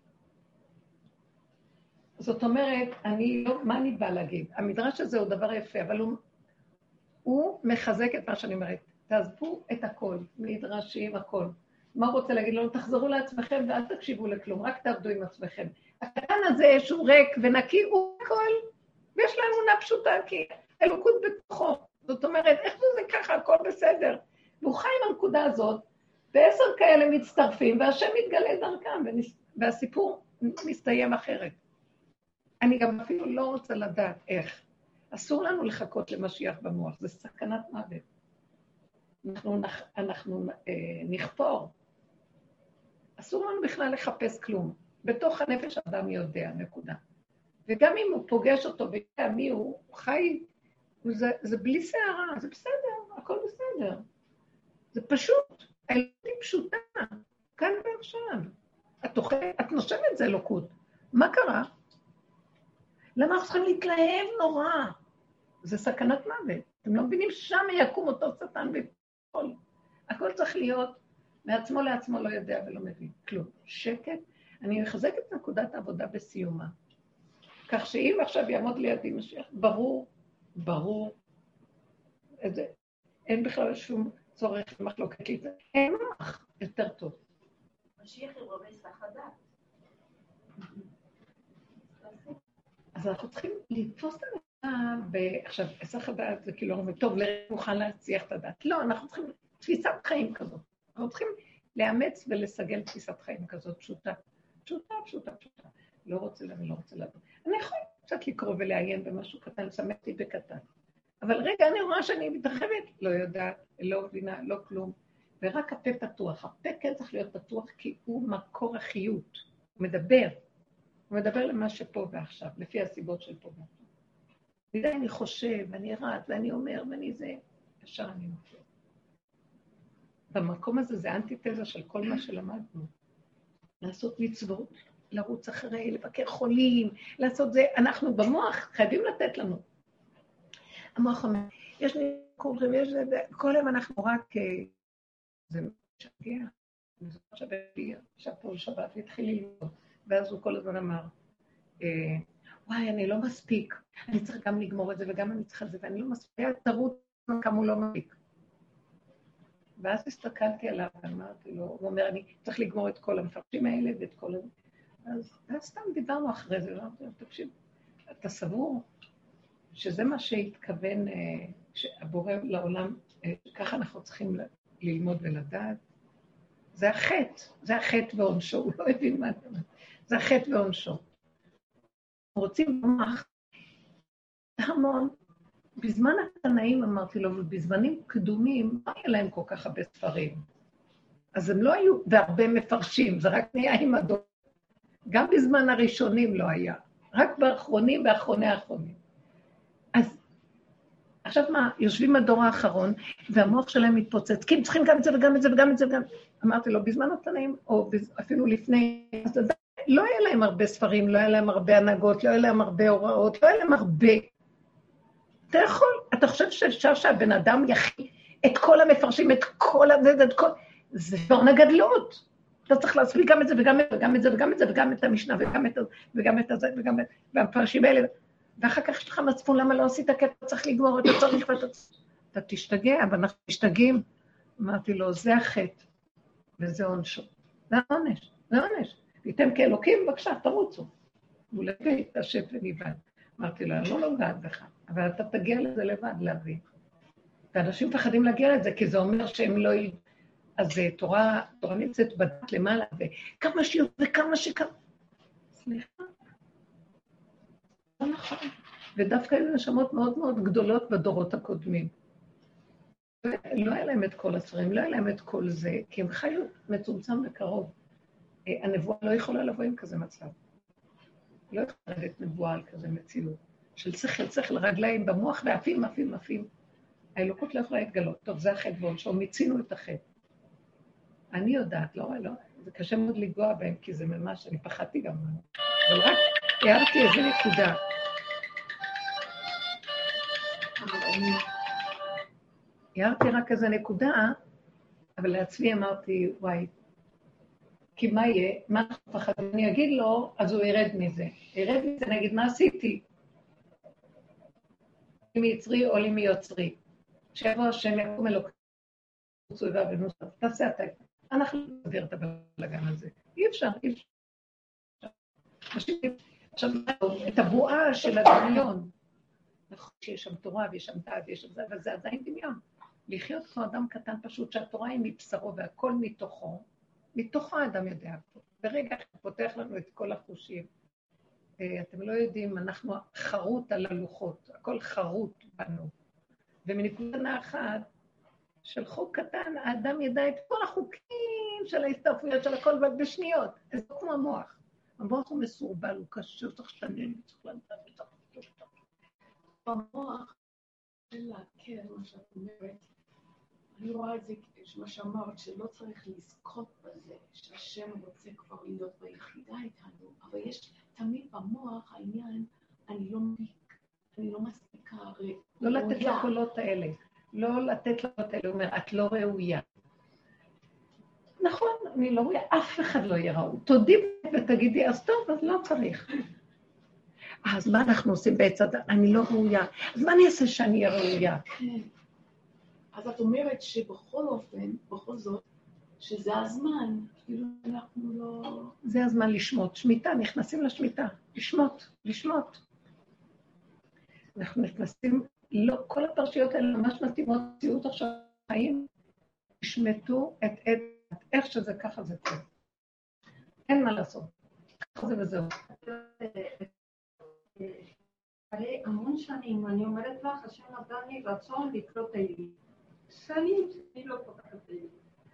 זאת אומרת, מה אני באה להגיד? המדרש הזה הוא דבר יפה, אבל הוא מחזק את מה שאני אומרת. תעזבו את הכל, מדרשים, הכל. מה הוא רוצה להגיד לנו? תחזרו לעצמכם ואל תקשיבו לכלום, רק תעבדו עם עצמכם. הקטן הזה שהוא ריק ונקי, הוא הכל, ויש לה אמונה פשוטה, כי אלוקות בתוכו. זאת אומרת, איך זה ככה, הכל בסדר. והוא חי עם הנקודה הזאת, ו10 כאלה מצטרפים, והשם מתגלה דרכם, והסיפור מסתיים אחרת. אני גם אפילו לא רוצה לדעת איך. אסור לנו לחכות למשיח במוח, זה סכנת מוות. אנחנו נכפור. אסור לנו בכלל לחפש כלום. בתוך הנפש אדם יודע, נקודה. וגם אם הוא פוגש אותו ויודע מי הוא חי, זה בלי שערה, זה בסדר, הכל בסדר. זה פשוט, האלוקות היא פשוטה, כאן ועכשיו. את נושמת זה אלוקות. מה קרה? למה אנחנו צריכים להתלהב נורא? זה סכנת מוות. אתם לא מבינים שם יקום אותו שטן וכל. הכל צריך להיות מעצמו לעצמו לא יודע ולא מבין. כלום. שקט. אני מחזקת את נקודת העבודה בסיומה. כך שאם עכשיו יעמוד לידי משיח, ברור, אין בכלל שום צורך למחלוקת לי. אין לך יותר טוב. משיח הוא רבי סך הדעת. אז אנחנו צריכים לתפוס את הדעת, ועכשיו, סך הדעת זה כאילו, טוב, מוכן להציח את הדעת. לא, אנחנו צריכים תפיסת חיים כזאת. אנחנו צריכים לאמץ ולסגל תפיסת חיים כזאת פשוטה. פשוטה. לא רוצה לדעת. אני יכולה קצת לקרוא ולעיין במשהו קטן, לשמחתי בקטן. אבל רגע, אני רואה שאני מתרחבת, לא יודעת, לא מבינה, לא כלום. ורק הפה פתוח. הפה כן צריך להיות פתוח, כי הוא מקור החיות. הוא מדבר למה שפה ועכשיו, לפי הסיבות של פה ועכשיו. וזה אני חושב, ואני רץ, ואני אומר, ואני זה, ישר אני נופל. במקום הזה זה אנטיתזה של כל מה שלמדנו. לעשות מצוות, לרוץ אחרי, לבקר חולים, לעשות זה. אנחנו במוח חייבים לתת לנו. המוח אומר, יש לי קורחים, יש זה, כל יום אנחנו רק, זה משגע. אני זוכרת שבפול שבת והתחיל ללמוד. ואז הוא כל הזמן אמר, וואי, אני לא מספיק, אני צריך גם לגמור את זה וגם אני צריכה את זה, ואני לא מספיק, תרוץ כמה הוא לא מספיק. ואז הסתכלתי עליו ואמרתי לו, הוא אומר, אני צריך לגמור את כל המפרשים האלה ואת כל הזה. אז סתם דיברנו אחרי זה, ואמרתי לו, תקשיב, אתה סבור שזה מה שהתכוון שהבורא לעולם, ככה אנחנו צריכים ללמוד ולדעת. זה החטא ועונשו, הוא לא הבין מה אתה אומר. זה החטא ועונשו. רוצים במוח, המון, בזמן התנאים אמרתי לו, ובזמנים קדומים, לא היה להם כל כך הרבה ספרים. אז הם לא היו, והרבה מפרשים, זה רק נהיה עם הדור. גם בזמן הראשונים לא היה, רק באחרונים ואחרוני האחרונים. אז עכשיו מה, יושבים הדור האחרון, והמוח שלהם מתפוצץ, כי הם צריכים גם את זה וגם את זה וגם את זה וגם... אמרתי לו, בזמן התנאים, או אפילו לפני, אז לא היה להם הרבה ספרים, לא היה להם הרבה הנהגות, לא היה להם הרבה הוראות, לא היה להם הרבה. אתה חושב שאפשר שהבן אדם יכין את כל המפרשים, את כל הזה, את כל... זה שעון הגדלות. אתה צריך להספיק גם את זה וגם את זה וגם את זה וגם את זה וגם את המשנה וגם את זה וגם את והמפרשים האלה. ואחר כך יש לך מצפון, למה לא עשית כי אתה צריך לגמור, אתה צריך אתה תשתגע, אבל אנחנו משתגעים. אמרתי לו, זה החטא וזה עונשו. זה העונש. תיתם כאלוקים, בבקשה, תרוצו. הוא לביא, תשב וניבד. אמרתי לו, אני לא נוגעת בך, אבל אתה תגיע לזה לבד להביא. ואנשים מפחדים להגיע לזה, כי זה אומר שהם לא... אז תורה נמצאת בדת למעלה, וכמה שיותר וכמה שכמה... סליחה. לא נכון. ודווקא היו נשמות מאוד מאוד גדולות בדורות הקודמים. לא היה להם את כל הצרים, לא היה להם את כל זה, כי הם חיו מצומצם וקרוב. הנבואה לא יכולה לבוא עם כזה מצב. לא יכולה לרדת נבואה על כזה מציאות. של שכל רגליים במוח ועפים, עפים, עפים. האלוקות לא יכולה להתגלות. טוב, זה החטא ועונשו, מיצינו את החטא. אני יודעת, לא, זה קשה מאוד לגוע בהם, כי זה ממש, אני פחדתי גם. אבל רק הערתי איזה נקודה. הערתי רק איזה נקודה, אבל לעצמי אמרתי, וואי, כי מה יהיה? מה אנחנו פחדים? אני אגיד לו, אז הוא ירד מזה. ירד מזה, נגיד, מה עשיתי? לי מיצרי או לי מיוצרי. שבו השם יקום אלוקים, צויבה ונוסף. תעשה אתה. אנחנו נדבר את הבלגן הזה. אי אפשר. עכשיו, את הבועה של הדמיון. נכון שיש שם תורה ויש שם דעת ויש שם זה, אבל זה עדיין דמיון. לחיות כמו אדם קטן פשוט, שהתורה היא מבשרו והכל מתוכו האדם יודע. ברגע הוא פותח לנו את כל החושים. אתם לא יודעים, אנחנו חרוט על הלוחות, הכל חרוט בנו. ומנקודה אחת, של חוק קטן, האדם ידע את כל החוקים של ההסתעפויות של הכל, אבל בשניות. זה לא כמו המוח. המוח הוא מסורבל, הוא קשה, הוא צריך שתנן, הוא צריך לדעת, הוא צריך לדעת. במוח, של להקל, מה שאת אומרת, אני רואה את זה, מה שאמרת, שלא צריך לזכות בזה, שהשם רוצה כבר להיות ביחידה איתנו, אבל יש תמיד במוח העניין, אני לא מספיקה ראויה. לא לתת לקולות האלה. לא לתת לקולות האלה, הוא אומר, את לא ראויה. נכון, אני לא ראויה, אף אחד לא יהיה ראוי. תודי ותגידי, אז טוב, אז לא צריך. אז מה אנחנו עושים בעצת? אני לא ראויה. אז מה אני אעשה שאני אהיה ראויה? אז את אומרת שבכל אופן, בכל זאת, שזה הזמן, כאילו אנחנו לא... זה הזמן לשמות. שמיטה, נכנסים לשמיטה. לשמות. אנחנו נכנסים, לא, כל הפרשיות האלה ממש מתאימות, ציאות עכשיו חיים, ישמטו את איך שזה ככה זה טוב. אין מה לעשות. ככה זה וזהו. הרי המון שנים, אני אומרת לך, השם נתן לי רצון לקרוא תהילים. שנים אני לא פותחת תהילים.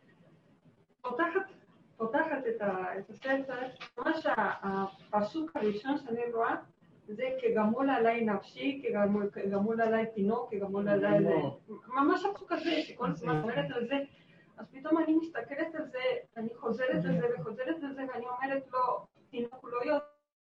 פותחת את הספר, ממש הפסוק הראשון שאני רואה, זה כגמול עליי נפשי, כגמול עליי תינוק, כגמול עליי... ממש הפסוק הזה, שכל הזמן אומרת על זה, אז פתאום אני מסתכלת על זה, אני חוזרת על זה וחוזרת על זה, ואני אומרת לו, תינוק הוא לא יודע.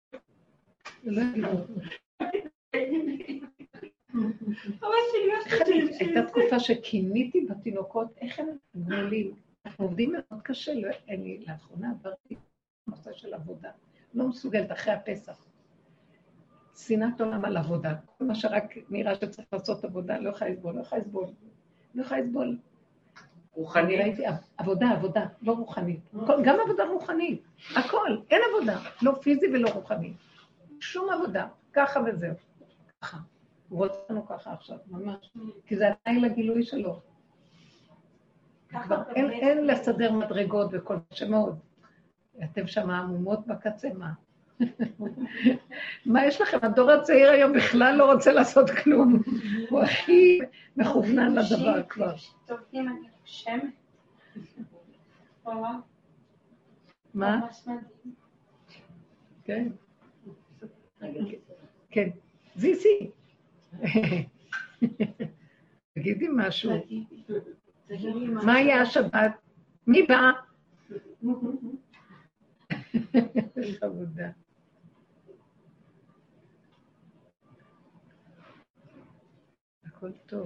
הייתה תקופה שכיניתי בתינוקות, איך הם גמולים. אנחנו עובדים מאוד קשה, אני לאחרונה עברתי נושא של עבודה, לא מסוגלת אחרי הפסח. שנאת עולם על עבודה, כל מה שרק נראה שצריך לעשות עבודה, לא יכולה לסבול. רוחנית? ראיתי עבודה, לא רוחנית. גם עבודה רוחנית, הכל, אין עבודה, לא פיזי ולא רוחני. שום עבודה, ככה וזהו. ככה. הוא רוצה לנו ככה עכשיו, ממש. כי זה עדיין לגילוי שלו. אין לסדר מדרגות וכל שמות. אתם שם עמומות בקצה, מה? מה יש לכם? הדור הצעיר היום בכלל לא רוצה לעשות כלום. הוא הכי מכוונן לדבר כבר. טוב, אם אני חושבת. מה? ממש מדהים. כן. כן. זיסי. תגידי משהו. מה היה השבת? מי בא? יש עבודה. הכל טוב.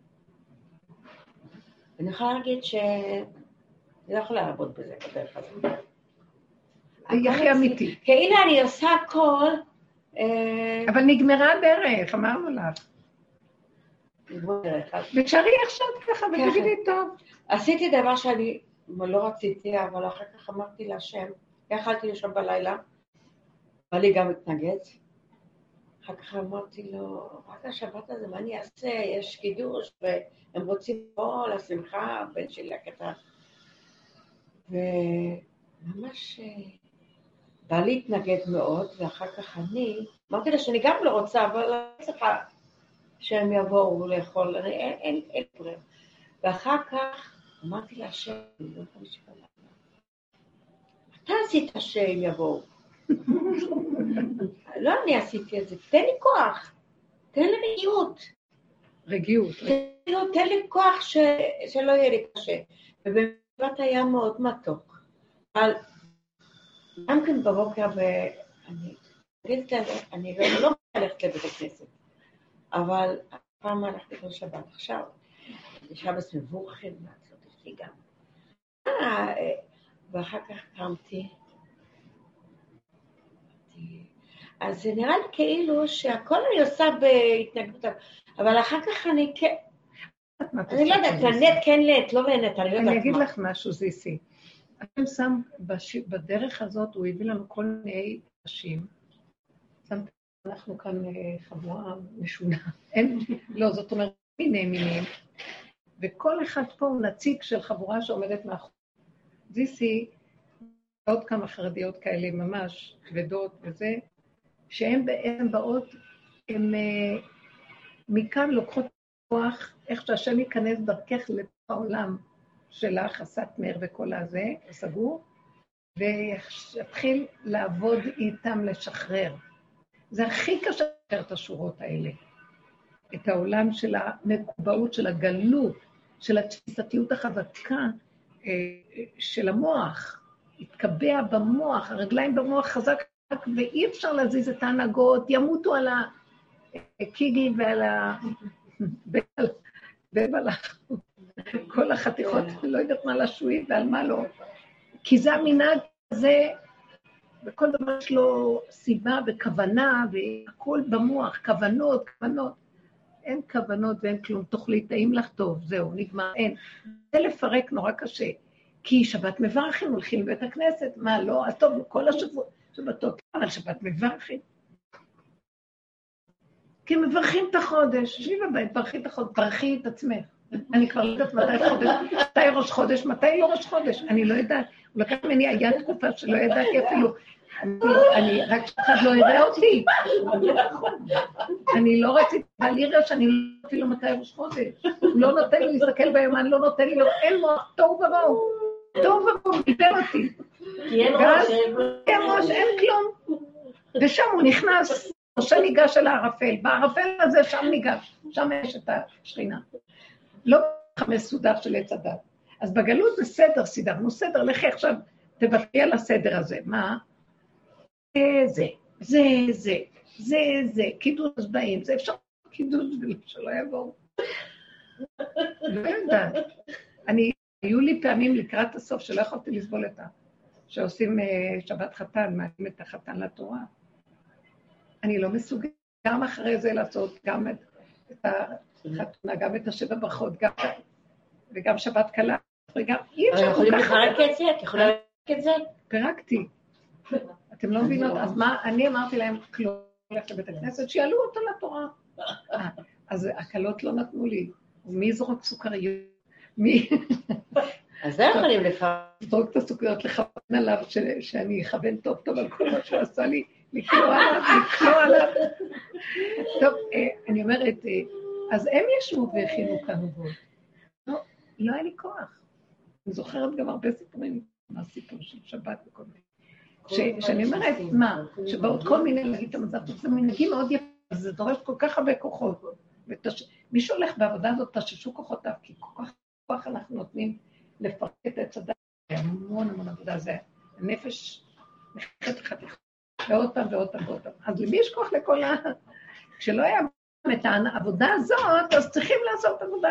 אני יכולה להגיד שאני לא יכולה לעבוד בזה בדרך הזאת. זה הכי אמיתי. כאילו אני עושה הכל. אבל נגמרה הדרך, אמרנו לך. ושארי עכשיו ככה ותגידי טוב. עשיתי דבר שאני לא רציתי, אבל אחר כך אמרתי להשם, יכלתי לשם בלילה, ואני גם מתנגד. אחר כך אמרתי לו, רק השבת הזה, מה אני אעשה? יש קידוש, והם רוצים פה לשמחה, הבן שלי הקטן. וממש בא להתנגד מאוד, ואחר כך אני אמרתי לה שאני גם לא רוצה, אבל אני צריכה שהם יבואו לאכול, אין ברירה. ואחר כך אמרתי לה, השם, אני לא יכולה לשאול לה. אתה עשית שהם יבואו. לא אני עשיתי את זה, תן לי כוח, תן לי רגיעות. תן לי כוח שלא יהיה לי קשה. ובאמת היה מאוד מתוק. אבל גם כן בבוקר, ואני אגיד להם, אני לא הלכת לבית הכנסת, אבל פעם הלכתי כל שבת עכשיו, שבת מבורכים, לעשות יש לי גם. ואחר כך קמתי, אז זה נראה לי כאילו שהכל אני עושה בהתנגדות, אבל אחר כך אני כן, אני לא יודעת, לנט, כן לנט, לא לנט, אני לא יודעת מה. אני אגיד לך משהו, זיסי. אתם שם בדרך הזאת, הוא הביא לנו כל מיני אנשים, אנחנו כאן חבורה משונה, לא, זאת אומרת, מינים, וכל אחד פה הוא נציג של חבורה שעומדת מאחור. זיסי, עוד כמה חרדיות כאלה ממש כבדות וזה, שהן בעצם באות, הן מכאן לוקחות כוח, איך שהשם ייכנס דרכך לתוך העולם שלך, הסטמר וכל הזה, הסגור, ויתחיל לעבוד איתם לשחרר. זה הכי קשה לשחרר את השורות האלה. את העולם של המקובעות, של הגלות, של התפיסתיות החזקה, של המוח, התקבע במוח, הרגליים במוח חזק, ואי אפשר להזיז את ההנהגות, ימותו על הקיגי ועל כל החתיכות, לא יודעת מה לשוי ועל מה לא. כי זה המנהג הזה, וכל דבר יש לו סיבה וכוונה, והכל במוח, כוונות. אין כוונות ואין כלום, תאכלי, טעים לך טוב, זהו, נגמר, אין. זה לפרק נורא קשה, כי שבת מברכים, הולכים לבית הכנסת, מה לא? אז טוב, כל השבוע, שבתות, אבל שבת מברכים. כי מברכים את החודש, שיב הבית, ברכי את החודש, ברכי את עצמך. אני כבר לא יודעת מתי ראש חודש, מתי לא ראש חודש, אני לא יודעת. הוא לקח ממני, היה תקופה שלא ידעתי אפילו, אני רק שאחד לא יראה אותי. אני לא רציתי, אבל יראה שאני לא אפילו מתי ראש חודש. הוא לא נותן לי להסתכל ביומן, לא נותן לי, אין מוח, תוהו ובוהו, ניתן אותי. כי אין ראש, אין כלום. ושם הוא נכנס, משה ניגש אל הערפל, בערפל הזה שם ניגש, שם יש את השכינה. לא מסודר של עץ הדת. אז בגלות זה סדר, סידרנו סדר, לכי עכשיו תבטאי על הסדר הזה. מה? זה, קידוש באים, זה אפשר קידוש שלא יבואו. לא יודעת. היו לי פעמים לקראת הסוף שלא יכולתי לסבול את שעושים שבת חתן, מעלים את החתן לתורה. אני לא מסוגל גם אחרי זה לעשות גם את החתונה, גם את השבע ברכות, וגם שבת קלה, וגם אי אפשר כל כך... יכולים לחלק את זה? את יכולה לחלק את זה? פירקתי. אתם לא מבינות, אז מה, אני אמרתי להם, כלום, הולך לבית הכנסת, שיעלו אותו לתורה. אז הקלות לא נתנו לי, מי יזרוק סוכריות? מי? אז זה יכולים לפעמים. יזרוק את הסוכריות לכוון עליו, שאני אכוון טוב על כל מה שהוא עשה לי, לקלוע עליו. טוב, אני אומרת, אז הם ישבו והכינו כאן עובוד. לא היה לי כוח. אני זוכרת גם הרבה סיפורים, מהסיפור של שבת וכל מיני. שאני אומרת, מה? שבאות כל מיני להגיד את המזל, זה מנהגים מאוד יפה, זה דורש כל כך הרבה כוחות. מי שהולך בעבודה הזאת, תששו כוחותיו, כי כל כך כוח אנחנו נותנים לפרק את הצדה, המון עבודה, זה הנפש נחת חתיכה, ועוד פעם. אז למי יש כוח לכל כשלא היה את העבודה הזאת, אז צריכים לעשות עבודה.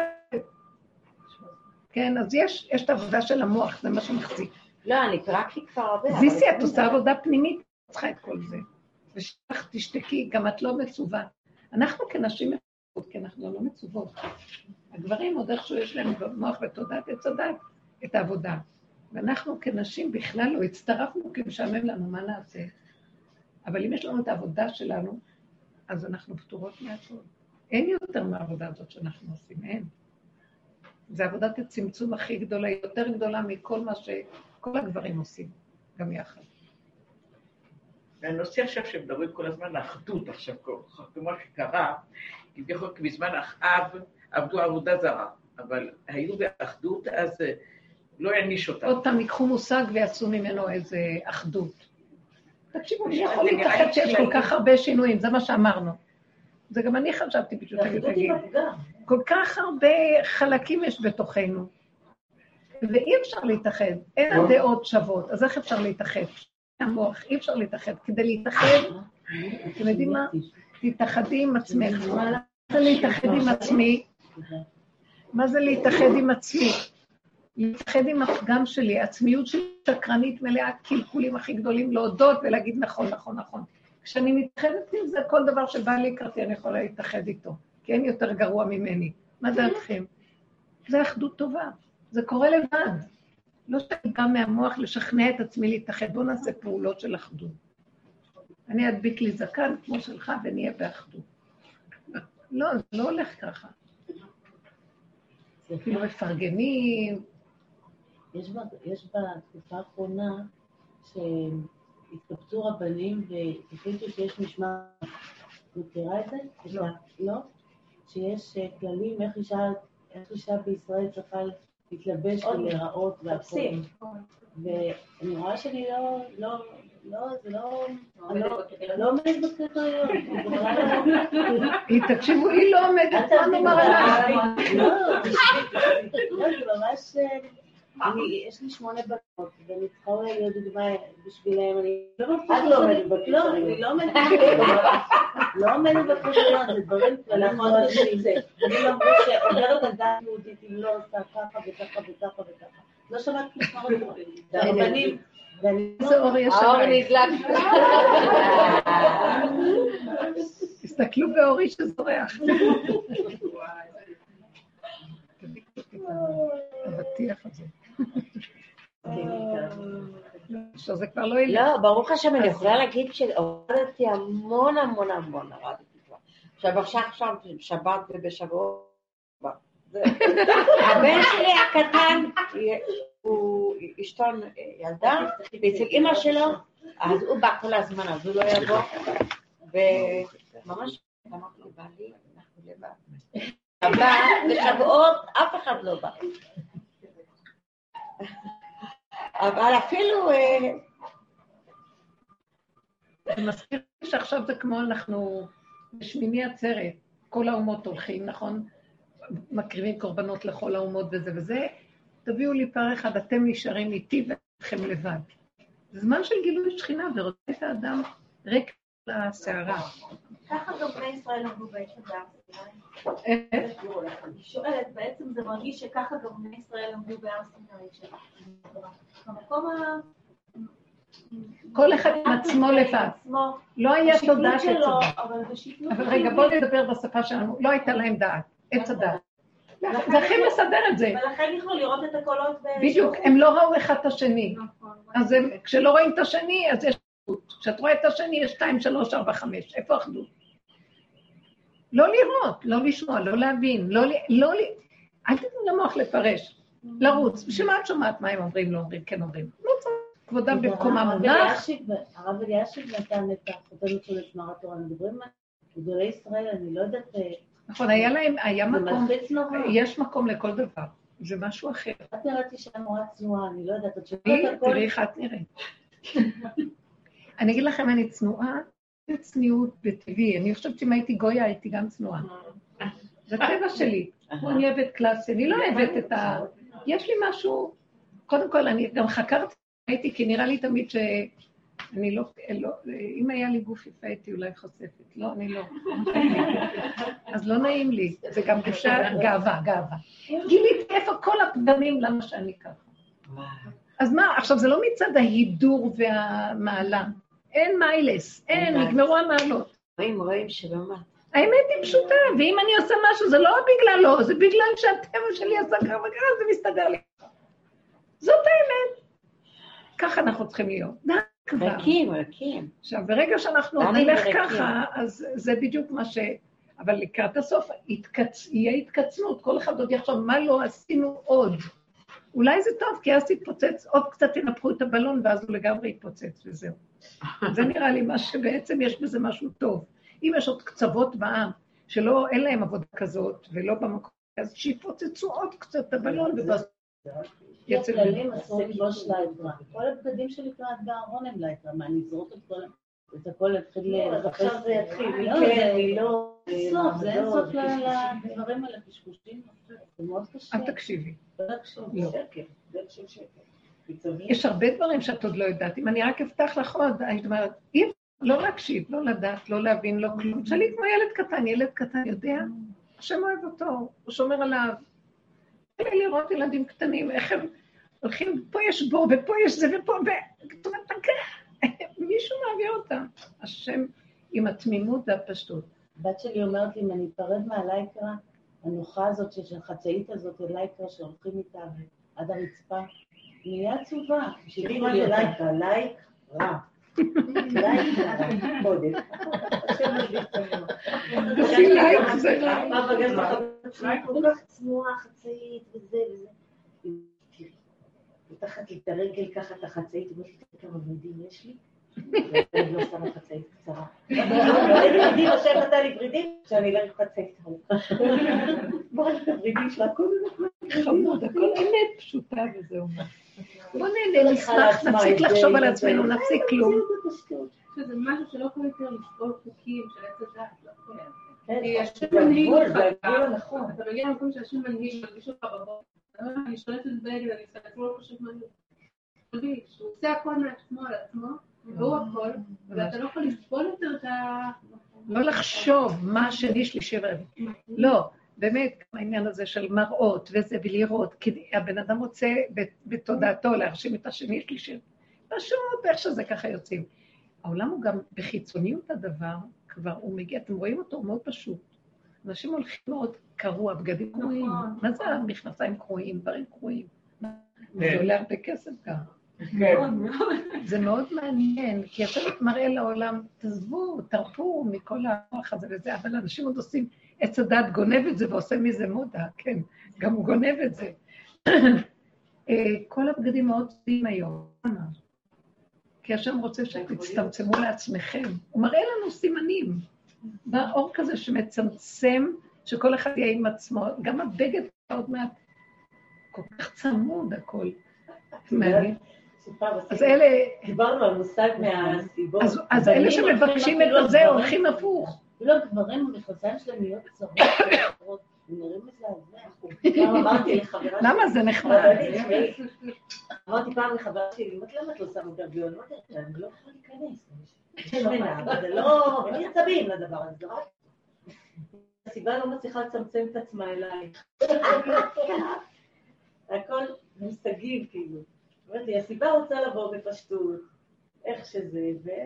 כן, אז יש את העבודה של המוח, זה מה שמחזיק. לא, אני פרקתי כבר הרבה. זיסי, את עושה עבודה פנימית, צריכה את כל זה. ושך תשתקי, גם את לא מצובה. אנחנו כנשים מצובות, כי אנחנו לא מצובות. הגברים עוד איכשהו יש להם במוח ותודעת את צדת, את העבודה. ואנחנו כנשים בכלל לא הצטרפנו כי משעמם לנו, מה נעשה? אבל אם יש לנו את העבודה שלנו, אז אנחנו פטורות מהכל. אין יותר מהעבודה הזאת שאנחנו עושים, אין. זה עבודת הצמצום הכי גדולה, יותר גדולה מכל מה שכל הגברים עושים, גם יחד. והנושא עכשיו שמדברים כל הזמן האחדות עכשיו, כמו שקרה, כביכול בזמן אחאב עבדו עבודה זרה, אבל היו באחדות, אז לא העניש אותם. עוד פעם יקחו מושג ויעשו ממנו איזה אחדות. תקשיבו, אני יכול להתאחד שיש כל כך הרבה שינויים, זה מה שאמרנו. זה גם אני חשבתי פשוט להגיד. כל כך הרבה חלקים יש בתוכנו, ואי אפשר להתאחד, אין הדעות שוות, אז איך אפשר להתאחד? המוח, אי אפשר להתאחד. כדי להתאחד, אתם יודעים מה? תתאחדי עם עצמך. מה זה להתאחד עם עצמי? מה זה להתאחד עם עצמי? להתאחד עם הפגם שלי, עצמיות שלי שקרנית מלאה, קלקולים הכי גדולים, להודות ולהגיד נכון, נכון, נכון. כשאני מתאחדת עם זה, כל דבר שבא לי קראתי, אני יכולה להתאחד איתו, כי אין יותר גרוע ממני. מה דעתכם? זה אחדות טובה, זה קורה לבד. לא שגם מהמוח לשכנע את עצמי להתאחד, בוא נעשה פעולות של אחדות. אני אדביק לי זקן כמו שלך ונהיה באחדות. לא, זה לא הולך ככה. כאילו מפרגנים. יש בתקופה האחרונה שהתקבצו רבנים והחליטו שיש משמעת. מכירה את זה? לא. לא? שיש כללים איך אישה בישראל צריכה להתלבש ולהיראות והכל. ואני רואה שאני לא עומדת בקריטריון. תקשיבו, היא לא עומדת, מה נאמר עליי? לא, זה ממש... יש לי 8 בנות, ואני צריכה אולי להיות דוגמה בשבילהם. את לא עומדת בקריטריון. אני לא עומדת בקריטריון, זה דברים כללים מאוד רשעים. אני לא אומרת שעוברת הדת יהודית, אם לא עושה ככה וככה וככה וככה. לא שמעת ככה דברים. זה הרבנים. זה אור יש האור נדלק. תסתכלו באורי שזורח. הבטיח הזה. שזה כבר לא ילך. לא, ברוך השם, אני יכולה להגיד שהורדתי המון, הורדתי כבר. עכשיו שבת ובשבוע. הבן שלי הקטן, הוא אשתון ילדה, ואצל אמא שלו, אז הוא בא כל הזמן, אז הוא לא יבוא, וממש אמרתי לבעלי, אנחנו לבד. הבא, בשבועות, אף אחד לא בא. אבל אפילו... אני מזכיר שעכשיו זה כמו אנחנו בשמיני עצרת, כל האומות הולכים, נכון? מקריבים קורבנות לכל האומות וזה, תביאו לי פער אחד, אתם נשארים איתי ואתכם לבד. זה זמן של גילוי שכינה, ורוצה את האדם ריק לשערה. ככה גם בני ישראל עמדו בעת הדר. אני שואלת, בעצם זה מרגיש שככה גם בני ישראל עמדו בהר סיני. במקום כל אחד עם עצמו לבד. לא היה תודה שצדק. אבל רגע, בואו נדבר בשפה שלנו. לא הייתה להם דעת, עץ הדעת. זה הכי מסדר את זה. ולכן יכולו לראות את הקולות. בדיוק, הם לא ראו אחד את השני. אז כשלא רואים את השני, אז יש אחדות. כשאת רואה את השני, יש 2, 3, 4, 5. איפה אחדות? לא לראות, לא לשמוע, לא להבין, אל תתנו למוח לפרש, לרוץ. בשביל מה את שומעת מה הם אומרים, לא אומרים, כן אומרים. לא צריך, כבודם במקומם מונח. הרב אלישיב נתן את החותמת של משמר התורה, מדברים על גדולי ישראל, אני לא יודעת... נכון, היה מקום, יש מקום לכל דבר, זה משהו אחר. את נראיתי שהמורה צנועה, אני לא יודעת, את שומעת הכל... תראי איך את נראית. אני אגיד לכם, אני צנועה, זה צניעות בטבעי, אני חושבת שאם הייתי גויה, הייתי גם צנועה. זה טבע שלי, אני אוהבת קלאסי, אני לא אוהבת את ה... יש לי משהו, קודם כל, אני גם חקרתי, הייתי, כי נראה לי תמיד שאני לא, אם היה לי גוף יפה, הייתי אולי חושפת. לא, אני לא. אז לא נעים לי, זה גם בושה, גאווה. גיליתי איפה כל הפגמים, למה שאני ככה. אז מה, עכשיו זה לא מצד ההידור והמעלה. אין מיילס, נגמרו המעלות. רואים שבאמת. האמת היא פשוטה, ואם אני עושה משהו, זה לא בגלל לא, זה בגלל שהטבע שלי עשה ככה וככה, זה מסתדר לי. זאת האמת. ככה אנחנו צריכים להיות. רכים. עכשיו, ברגע שאנחנו נלך ככה, אז זה בדיוק מה ש... אבל לקראת הסוף, יהיה התקצנות, כל אחד עוד יחשוב, מה לא עשינו עוד? אולי זה טוב, כי אז תתפוצץ, עוד קצת תנפחו את הבלון, ואז הוא לגמרי יתפוצץ, וזהו. זה נראה לי מה שבעצם יש בזה משהו טוב. אם יש עוד קצוות בעם, שלא, אין להם עבודה כזאת, ולא במקום, אז שיפוצצו עוד קצת את הבלון, ואז יצא כללים אסור לבוש לייטרה. כל הבגדים שלי קראת בארון הם לייטרה, מה, נזרות את הכל להתחיל לחפש. עכשיו זה יתחיל, לא, בסוף, זה אין סוף לדברים האלה, קשקושים, זה מאוד קשה. אל תקשיבי. שקר. יש הרבה דברים שאת עוד לא יודעת. אם אני רק אפתח לך עוד, אני אומרת, אם לא להקשיב, לא לדעת, לא להבין, לא כלום. שלי כמו ילד קטן יודע, השם אוהב אותו, הוא שומר עליו. אלה לראות ילדים קטנים, איך הם הולכים, פה יש בור, ופה יש זה, ופה, זאת אומרת, מישהו מעביר אותם. השם עם התמימות והפשטות. בת שלי אומרת לי, אם אני אפרד מהלייקרה, הנוחה הזאת של החצאית הזאת, הלייקרה שהולכים איתה עד הרצפה, נהיה עצובה. שלי מה זה לייקרה? לייק רע. לייק רע. קודם. השם מדליק את המוח. לייק זה רע. מה בגלל בחברת? כל כך צנועה, חצאית וזה וזה. ותחת לי את הרגל ככה את החצאית, ואומרת לי כמה ברידים יש לי, ואני לא שמה חצאית קצרה. ברידים, השם נתן לי ברידים, שאני לא חצאית ארוכה. בוא רק את הברידים שלה, הכל חמוד, הכל אמת פשוטה וזהו. בוא נהנה, נשמח, נפסיק לחשוב על עצמנו, נפסיק כלום. שזה משהו שלא יכול יותר לשבור חוקים של עץ הדעת, לא יכול. כי השם מנהיג אותך, אתה מגיע למקום שהשם מנהיג, מרגיש אותך בבוא. אני שולטת בגלל, אני אפילו לא חושבת מה אני. הוא עושה הכל מעצמו על עצמו, והוא הכל, ואתה לא יכול לסבול יותר את ה... לא לחשוב מה השני שלישי רבי. לא, באמת, העניין הזה של מראות וזה ולראות, כי הבן אדם רוצה בתודעתו להרשים את השני שלישי. פשוט, איך שזה ככה יוצאים. העולם הוא גם בחיצוניות הדבר, כבר הוא מגיע, אתם רואים אותו, הוא מאוד פשוט. אנשים הולכים מאוד קרוע, בגדים קרועים. מה זה המכנסיים קרועים, דברים קרועים? זה עולה הרבה כסף גם. זה מאוד מעניין, כי השם מראה לעולם, תעזבו, תרפו מכל המוח הזה וזה, אבל אנשים עוד עושים, עץ הדת גונב את זה ועושה מזה מודה, כן, גם הוא גונב את זה. כל הבגדים מאוד צבעים היום. כי השם רוצה שתצטמצמו לעצמכם. הוא מראה לנו סימנים. באור כזה שמצמצם, שכל אחד יהיה עם עצמו, גם הבגד עוד מעט, כל כך צמוד הכל. מעניין. אז אלה... דיברנו על מושג מהסיבות. אז אלה שמבקשים את זה הולכים הפוך. לא, גברים המכנסיים שלהם להיות צרות, הם נראים מזעזע. אמרתי לחברה... למה זה נחמד? אמרתי פעם לחברה שלי, למה את לא שמה גרביון? אמרתי, אני לא יכולה להיכנס. זה לא... אני עצבים לדבר הזה, רק... הסיבה לא מצליחה לצמצם את עצמה אליי. הכל מושגים, כאילו. אומרת לי, הסיבה רוצה לבוא בפשטות, איך שזה,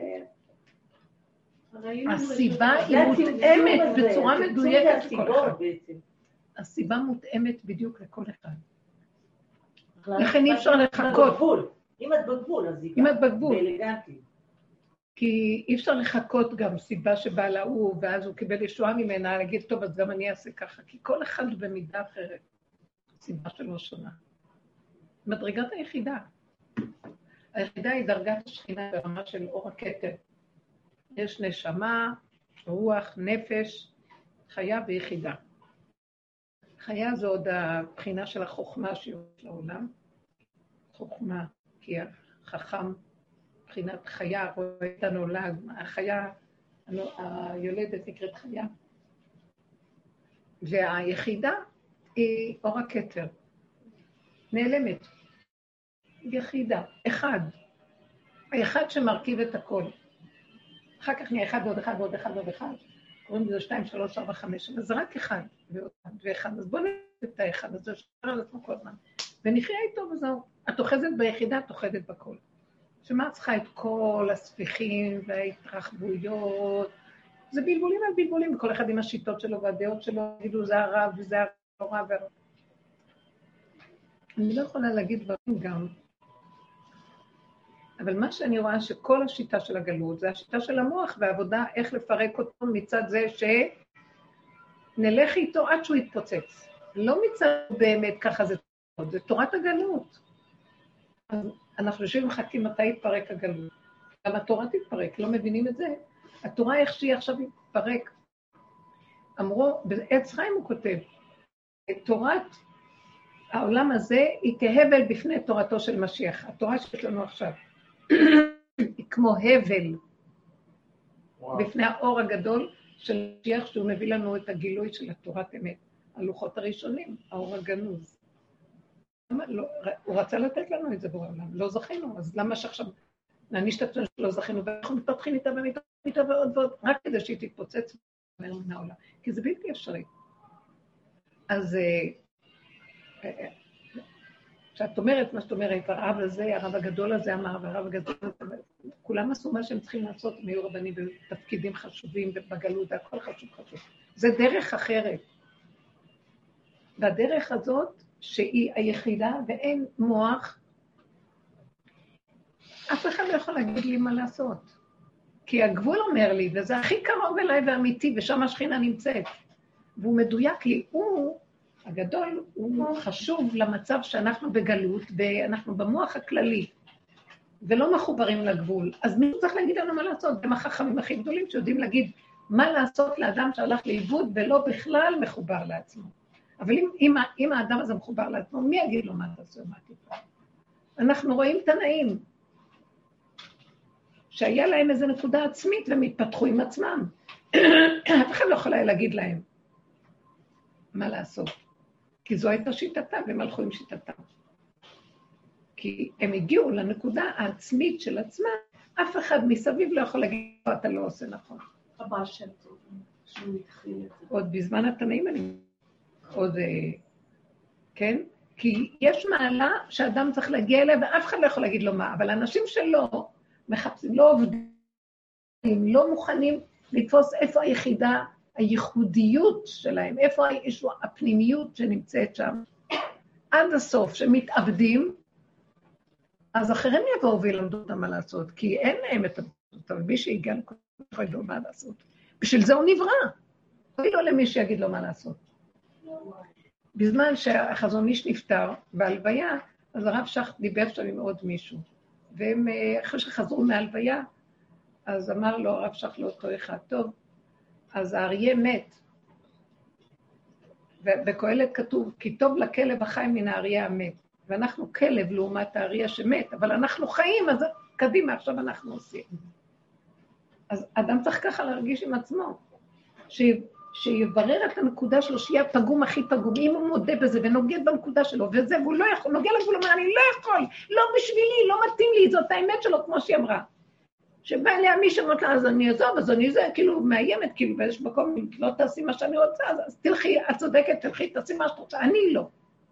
הסיבה היא מותאמת בצורה מדויקת לכל אחד. הסיבה מותאמת בדיוק לכל אחד. לכן אי אפשר לחכות. אם את בגבול, אז היא אם את בגבול. באלגנטי. כי אי אפשר לחכות גם סיבה שבא להוא, ואז הוא קיבל ישועה ממנה, להגיד, טוב, אז גם אני אעשה ככה, כי כל אחד במידה אחרת. סיבה שלא שונה. מדרגת היחידה. היחידה היא דרגת השכינה ברמה של אור הכתר. יש נשמה, רוח, נפש, חיה ויחידה. חיה זו עוד הבחינה של החוכמה שיש לעולם. חוכמה, כי החכם, בחינת חיה, רואה את הנולד, החיה, היולדת נקראת חיה. והיחידה היא אור הכתר. נעלמת. יחידה, אחד. האחד שמרכיב את הכל. אחר כך נהיה אחד ועוד אחד ועוד אחד ועוד אחד. קוראים לזה 2, 3, 4, 5, אבל זה רק אחד ואחד. אז בואו נראה את האחד הזה, שפר על עצמו כל הזמן. ונחיה איתו וזהו. את אוחזת ביחידה, את אוחזת בכל. שמה צריכה את כל הספיחים וההתרחבויות? זה בלבולים על בלבולים, וכל אחד עם השיטות שלו והדעות שלו, יגידו זה הרב וזה הרב והרב. אני לא יכולה להגיד דברים גם, אבל מה שאני רואה שכל השיטה של הגלות, זה השיטה של המוח והעבודה, איך לפרק אותו מצד זה שנלך איתו עד שהוא יתפוצץ. לא מצד באמת ככה זה זה תורת הגלות. אז אנחנו יושבים מחכים מתי יתפרק הגלות. גם התורה תתפרק, לא מבינים את זה? התורה איך שהיא עכשיו יתפרק. אמרו, בעץ חיים הוא כותב, תורת העולם הזה היא כהבל בפני תורתו של משיח. התורה שיש לנו עכשיו היא כמו הבל בפני האור הגדול של משיח, שהוא מביא לנו את הגילוי של התורת אמת, הלוחות הראשונים, האור הגנוז. לא, הוא רצה לתת לנו את זה בעולם, לא זכינו, אז למה שעכשיו נעניש את עצמנו שלא זכינו, ואנחנו מתפתחים איתה ומתפתחים איתה ועוד ועוד, רק כדי שהיא תתפוצץ מן העולם, כי זה בלתי אפשרי. אז כשאת אומרת מה שאת אומרת, הרב הזה, הרב הגדול הזה אמר, והרב הגדול הזה, כולם עשו מה שהם צריכים לעשות, הם היו רבנים בתפקידים חשובים, בגלות, הכל חשוב. זה דרך אחרת. והדרך הזאת, שהיא היחידה ואין מוח, אף אחד לא יכול להגיד לי מה לעשות. כי הגבול אומר לי, וזה הכי קרוב אליי ואמיתי, ושם השכינה נמצאת. והוא מדויק לי, הוא, הגדול, הוא חשוב למצב שאנחנו בגלות, ואנחנו במוח הכללי, ולא מחוברים לגבול. אז מי צריך להגיד לנו מה לעשות? הם החכמים הכי גדולים שיודעים להגיד מה לעשות לאדם שהלך לאיבוד, ולא בכלל מחובר לעצמו. אבל אם האדם הזה מחובר לעצמו, מי יגיד לו מה תעשו, מה תפעל? אנחנו רואים תנאים, שהיה להם איזו נקודה עצמית, והם התפתחו עם עצמם. אף אחד לא יכולה להגיד להם מה לעשות. כי זו הייתה שיטתם, והם הלכו עם שיטתם. כי הם הגיעו לנקודה העצמית של עצמם, אף אחד מסביב לא יכול להגיד, אתה לא עושה נכון. רבה שם טוב, שהוא התחיל את זה. עוד בזמן התנאים אני... עוד... כן? כי יש מעלה שאדם צריך להגיע אליה, ואף אחד לא יכול להגיד לו מה, אבל האנשים שלא מחפשים, לא עובדים, לא מוכנים לתפוס איפה היחידה, הייחודיות שלהם, איפה הפנימיות שנמצאת שם, עד הסוף, שמתאבדים, אז אחרים יבואו וילמדו אותם מה לעשות, כי אין להם את זה, אבל מי שהגיע לכל ידעו מה לעשות. בשביל זה הוא נברא, לא למי שיגיד לו מה לעשות. בזמן שהחזון איש נפטר בהלוויה, אז הרב שך דיבר שם עם עוד מישהו, והם אחרי שחזרו מהלוויה, אז אמר לו הרב שך לאותו אחד, טוב, אז האריה מת, ובקהלת כתוב, כי טוב לכלב החי מן האריה המת, ואנחנו כלב לעומת האריה שמת, אבל אנחנו חיים, אז קדימה, עכשיו אנחנו עושים. אז אדם צריך ככה להרגיש עם עצמו, שיברר את הנקודה שלו, שיהיה הפגום הכי פגום, אם הוא מודה בזה ונוגד בנקודה שלו, וזה, והוא לא יכול, נוגע לגבול, אומר, אני לא יכול, לא בשבילי, לא מתאים לי, זאת האמת שלו, כמו שהיא אמרה. שבא אליה מי שאומרת לה, אז אני אעזוב, אז אני זה, כאילו, מאיימת, כאילו, באיזשהו מקום, לא תעשי מה שאני רוצה, אז תלכי, את צודקת, תלכי, תעשי מה שאת רוצה, אני לא.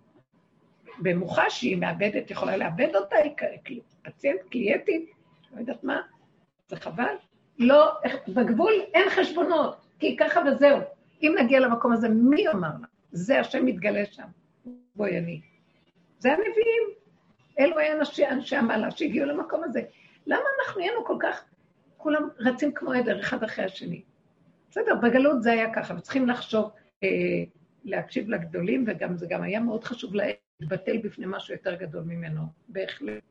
במוחה שהיא מאבדת, יכולה לאבד אותה, היא פציינט, קליאטית, לא יודעת מה, זה חבל. לא, בגבול אין חשבונות, כי ככה וזהו. אם נגיע למקום הזה, מי אומר לה? זה השם מתגלה שם. בואי אני. זה הנביאים. אלו היה אנשי המעלה שהגיעו למקום הזה. למה אנחנו היינו כל כך, כולם רצים כמו עדר, אחד אחרי השני? בסדר, בגלות זה היה ככה, וצריכים לחשוב, להקשיב לגדולים, וגם זה גם היה מאוד חשוב להתבטל בפני משהו יותר גדול ממנו, בהחלט.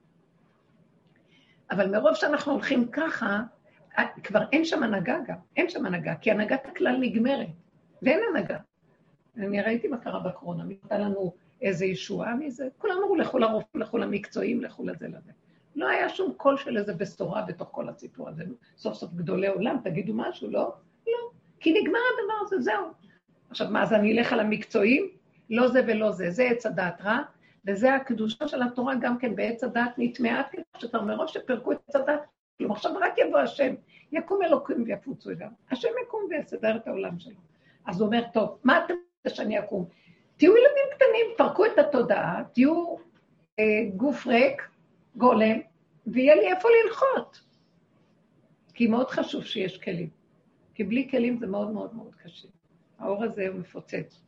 אבל מרוב שאנחנו הולכים ככה, כבר אין שם הנהגה גם, אין שם הנהגה, כי הנהגת הכלל נגמרת, ואין הנהגה. אני ראיתי מה קרה בקורונה, נתן לנו איזה ישועה מזה, כולם אמרו לכו לרופאים, לכו למקצועים, לכו לזה לזה. לא היה שום קול של איזה בשורה בתוך כל הסיפור הזה. סוף סוף גדולי עולם, תגידו משהו, לא? לא. כי נגמר הדבר הזה, זהו. עכשיו, מה, אז אני אלך על המקצועים? לא זה ולא זה. זה עץ הדעת רע, וזה הקדושה של התורה גם כן בעץ הדעת נטמעה, שאתה מרוב שפרקו את עץ הדעת, כלומר, עכשיו רק יבוא השם, יקום אלוקים ויפוצו גם. השם יקום ויסדר את העולם שלו. אז הוא אומר, טוב, מה אתם רוצים שאני יקום? תהיו ילדים קטנים, פרקו את התודעה, תהיו גוף ריק, גולם, ויהיה לי איפה ללחות. כי מאוד חשוב שיש כלים. כי בלי כלים זה מאוד מאוד מאוד קשה. האור הזה הוא מפוצץ.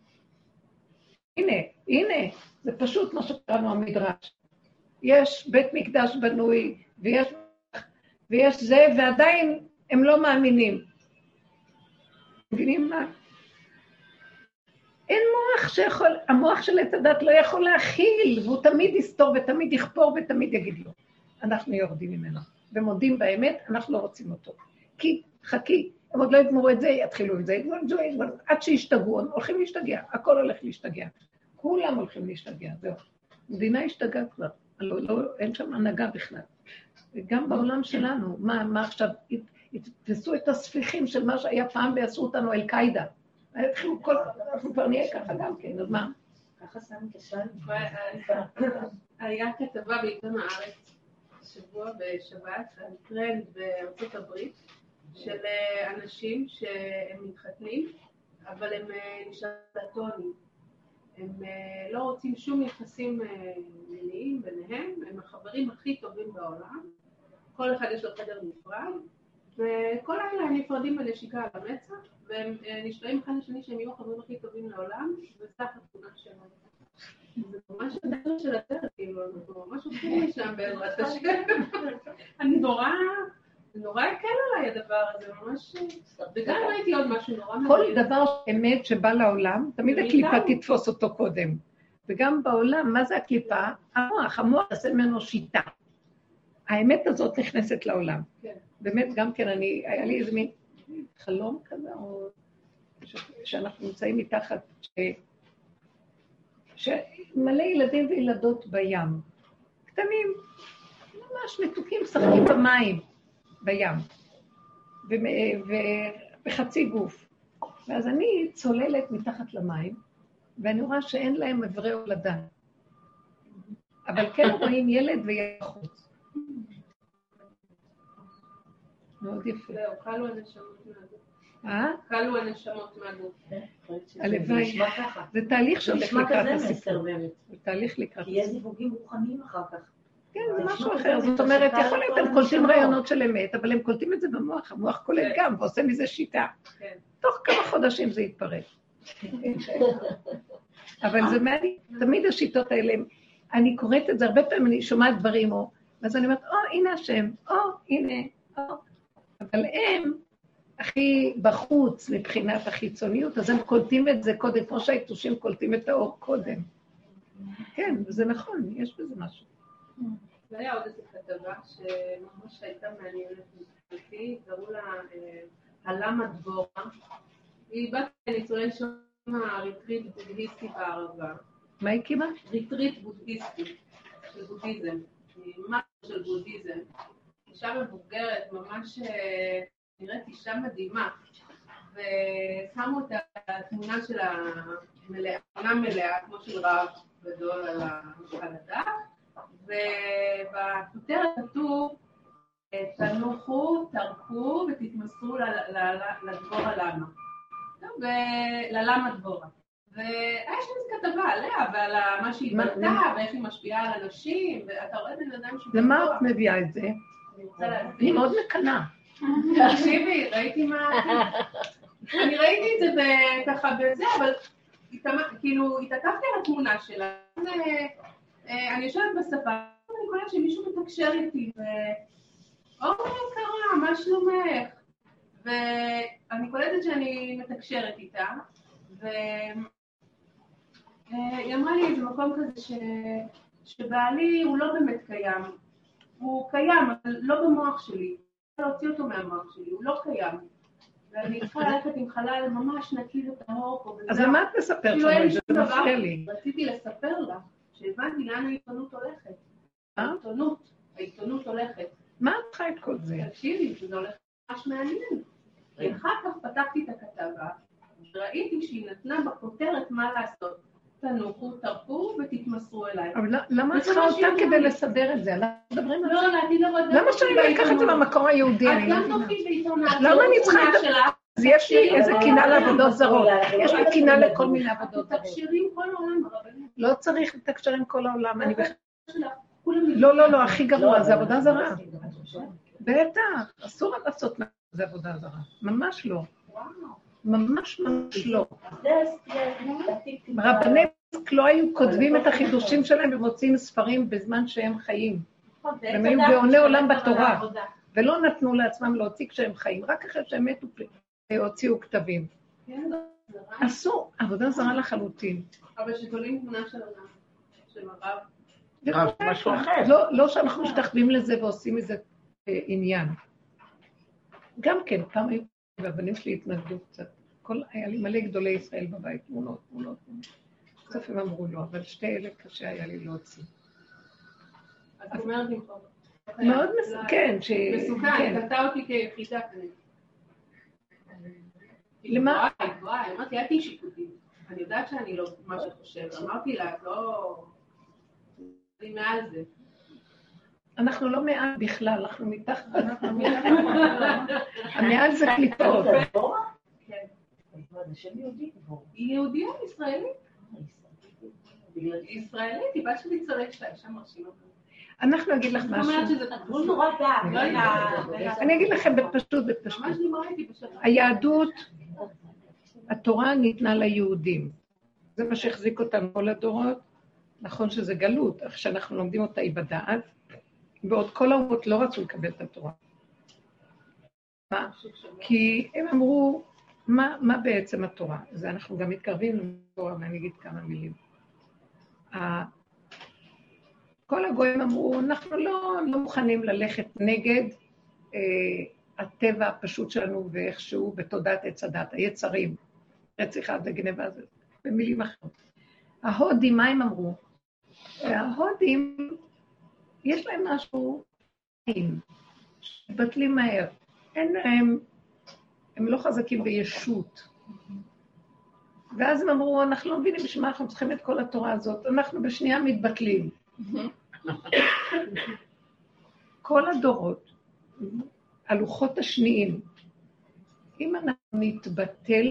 הנה, זה פשוט מה שקראנו המדרש. יש בית מקדש בנוי, ויש זה, ועדיין הם לא מאמינים. מבינים מה? אין מוח המוח של עץ הדת לא יכול להכיל, והוא תמיד יסתור ותמיד יכפור ותמיד יגיד לו. אנחנו יורדים ממנו, ומודים באמת, אנחנו לא רוצים אותו. כי, חכי, הם עוד לא יגמרו את זה, יתחילו את זה, עד שישתגעו, הולכים להשתגע, הכל הולך להשתגע. כולם הולכים להשתגע, זהו. מדינה השתגע כבר, אין שם הנהגה בכלל. וגם בעולם שלנו, מה עכשיו, יתפסו את הספיחים של מה שהיה פעם ויעשו אותנו אל-קאידה. אנחנו כבר נהיה ככה גם כן, אז מה? ככה שמו את השם. היה כתבה בעיתון הארץ, שבוע בשבת, על טרנד בארצות הברית, של אנשים שהם מתחתנים, אבל הם נשארתונים. הם לא רוצים שום יחסים מיניים ביניהם, הם החברים הכי טובים בעולם, כל אחד יש לו חדר נפרד, וכל לילה הם נפרדים בנשיקה על המצח, והם נשבעים אחד לשני שהם יהיו החברים הכי טובים לעולם, וזה התמונה שלהם. זה ממש הדרך של הדרך, כאילו, אנחנו ממש עושים שם בעזרת השם. אני נורא הקל עליי הדבר הזה, ממש... וגם ראיתי עוד משהו נורא מעניין. כל דבר אמת שבא לעולם, תמיד הקליפה תתפוס אותו קודם. וגם בעולם, מה זה הקליפה? המוח עושה ממנו שיטה. האמת הזאת נכנסת לעולם. באמת, גם כן, היה לי איזה מין חלום כזה, או שאנחנו נמצאים מתחת, שמלא ילדים וילדות בים, קטנים, ממש מתוקים, שחקים במים, בים, ובחצי גוף. ואז אני צוללת מתחת למים, ואני רואה שאין להם אברי הולדה. אבל כן רואים ילד וילד חוץ. מאוד יפה. זהו, קלו הנשמות מהגוף. קלו הנשמות מהגוף. הלוואי. זה תהליך שהולך לקראת הסיפור. זה תהליך לקראת הסיפור. כי יש זיווגים רוחניים אחר כך. כן, זה משהו אחר. זאת אומרת, יכול להיות, הם קולטים רעיונות של אמת, אבל הם קולטים את זה במוח. המוח קולט גם, ועושה מזה שיטה. תוך כמה חודשים זה יתפרק. אבל זה מעניין. תמיד השיטות האלה, אני קוראת את זה, הרבה פעמים אני שומעת דברים, ואז אני אומרת, הנה השם, הנה, אבל הם הכי בחוץ מבחינת החיצוניות, אז הם קולטים את זה קודם, כמו שהיתושים קולטים את האור קודם. כן, זה נכון, יש בזה משהו. זה היה עוד איזו כתבה שממש הייתה מעניינת מבחינתי, קראו לה הלמה דבורה. היא בת ניצולי שואה ריטריט בודהיסטי בערבה. מה היא קימה? ריטריט בודהיסטי, של בודהיזם, משהו של בודהיזם. אישה מבוגרת, ממש נראית אישה מדהימה, ושמו את התמונה של התמונה מלאה, כמו של רב גדול על הדף, ובכותרת כתוב, תנוחו, תרקו ותתמסרו לדבורה למה. וללמה דבורה. והיה שם כתבה עליה ועל מה שהיא בנתה, ואיך היא משפיעה על אנשים, ואתה רואה בן אדם שהוא... למה את מביאה את זה? אני מאוד מקנה. תקשיבי, ראיתי מה... אני ראיתי את זה ככה בזה, אבל כאילו התעכבתי על התמונה שלה. אני יושבת בשפה, אני קולטת שמישהו מתקשר איתי, קרה, מה שלומך? ואני קולטת שאני מתקשרת איתה, והיא אמרה לי איזה מקום כזה שבעלי הוא לא באמת קיים. הוא קיים, אבל לא במוח שלי. אני צריכה להוציא אותו מהמוח שלי, הוא לא קיים. ואני צריכה ללכת עם חלל ממש נקי וטהור פה. אז למה את מספרת שם? זה מפריע לי. רציתי לספר לה שהבנתי לאן העיתונות הולכת. העיתונות הולכת. מה את צריכה את כל זה? תקשיבי, זה הולך ממש מעניין. ואחר כך פתחתי את הכתבה, וראיתי שהיא נתנה בכותרת מה לעשות. תנוחו, תרפו ותתמסרו אליי. אבל למה את צריכה אותה כדי לסדר את זה? למה מדברים על זה? לא, אני לא יודעת. למה שאני לא אקח את זה במקור היהודי? את גם תוכלי בעיתון. למה אני צריכה את זה? אז יש לי איזה קינה לעבודות זרות. יש לי קינה לכל מיני עבודות זרות. תקשרים כל העולם הרבנים. לא צריך לתקשר עם כל העולם. לא, הכי גרוע, זה עבודה זרה. בטח, אסור לעשות זה עבודה זרה. ממש לא. ממש לא. רבני פסק לא היו כותבים את החידושים שלהם ומוצאים ספרים בזמן שהם חיים. הם היו גאוני עולם בתורה, ולא נתנו לעצמם להוציא כשהם חיים, רק אחרי שהם מתו הוציאו כתבים. אסור, עבודה זרה לחלוטין. אבל שתולים תמונה של הרב. משהו אחר. לא שאנחנו משתחווים לזה ועושים מזה עניין. גם כן, פעם היו והבנים שלי התנגדו קצת. היה לי מלא גדולי ישראל בבית, תמונות. בסוף הם אמרו לו, אבל שתי אלה קשה היה לי להוציא. את אומרת לי פה. מאוד מסוכן. מסוכן, קטע אותי כיחידה כנראה. למה? אמרתי, אל תהי שיפוטית. אני יודעת שאני לא מה שאת חושבת. אמרתי לה, את לא... אני מעל זה. אנחנו לא מעל בכלל, אנחנו מתחת. המעל זה קליפות. כן. זה שם יהודי. היא יהודיה, ישראלית. היא ישראלית, היא בת שלי צולק שלה, אישה מרשימה. אנחנו אגיד לך משהו. גבול נורא דק. אני אגיד לכם בפשטות. ממש דיברה איתי בשלב. היהדות, התורה ניתנה ליהודים. זה מה שהחזיק אותנו כל הדורות. נכון שזה גלות, אך שאנחנו לומדים אותה היא בדעת, ועוד כל האומות לא רצו לקבל את התורה. כי הם אמרו, מה בעצם התורה? זה אנחנו גם מתקרבים לתורה, ואני אגיד כמה מילים. כל הגויים אמרו, אנחנו לא מוכנים ללכת נגד הטבע הפשוט שלנו ואיכשהו בתודעת עץ הדת, היצרים, רציחה וגנבה, במילים אחרות. ההודים, מה הם אמרו? ההודים, יש להם משהו שבטלים מהר. הם לא חזקים בישות. ואז הם אמרו, אנחנו לא מבינים בשביל מה אנחנו צריכים את כל התורה הזאת, אנחנו בשנייה מתבטלים. כל הדורות, הלוחות השניים, אם אנחנו נתבטל,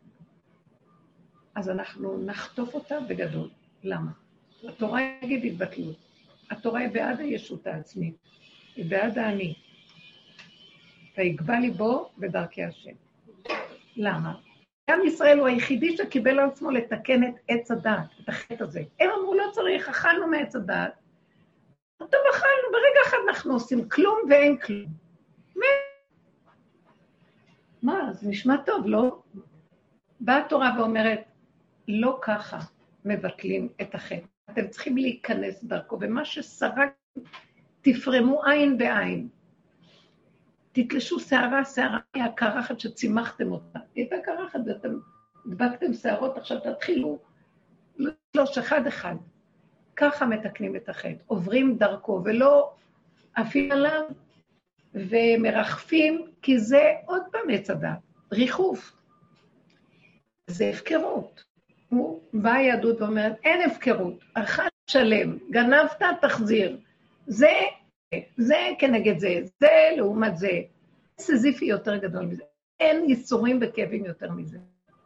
אז אנחנו נחטוף אותה בגדול. למה? התורה יגיד התבטלות. התורה היא בעד הישות העצמית, היא בעד האני. ויגבה ליבו בדרכי השם. למה? גם ישראל הוא היחידי שקיבל על עצמו לתקן את עץ הדעת, את החטא הזה. הם אמרו, לא צריך, אכלנו מעץ הדעת. טוב, אכלנו, ברגע אחד אנחנו עושים כלום ואין כלום. מה, זה נשמע טוב, לא? באה התורה ואומרת, לא ככה מבטלים את החטא. אתם צריכים להיכנס דרכו, ומה שסרק, תפרמו עין בעין. תתלשו שערה, היא הקרחת שצימחתם אותה. היא הייתה קרחת ואתם דבקתם שערות, עכשיו תתחילו שלוש אחד. ככה מתקנים את החטא. עוברים דרכו ולא עפים עליו ומרחפים, כי זה עוד פעם עץ הדת, ריחוף. זה הפקרות. באה היהדות ואומרת, אין הפקרות, אכל שלם, גנבת, תחזיר. זה כנגד זה, זה לעומת זה. סזיפי יותר גדול מזה. אין ייסורים וכאבים יותר מזה.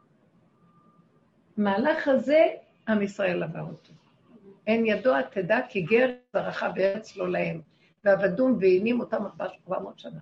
מהלך הזה, עם ישראל עבר אותו. אין ידוע תדע כי גר זרחה בארץ לא להם, ועבדום ועינים אותם 400 שנה.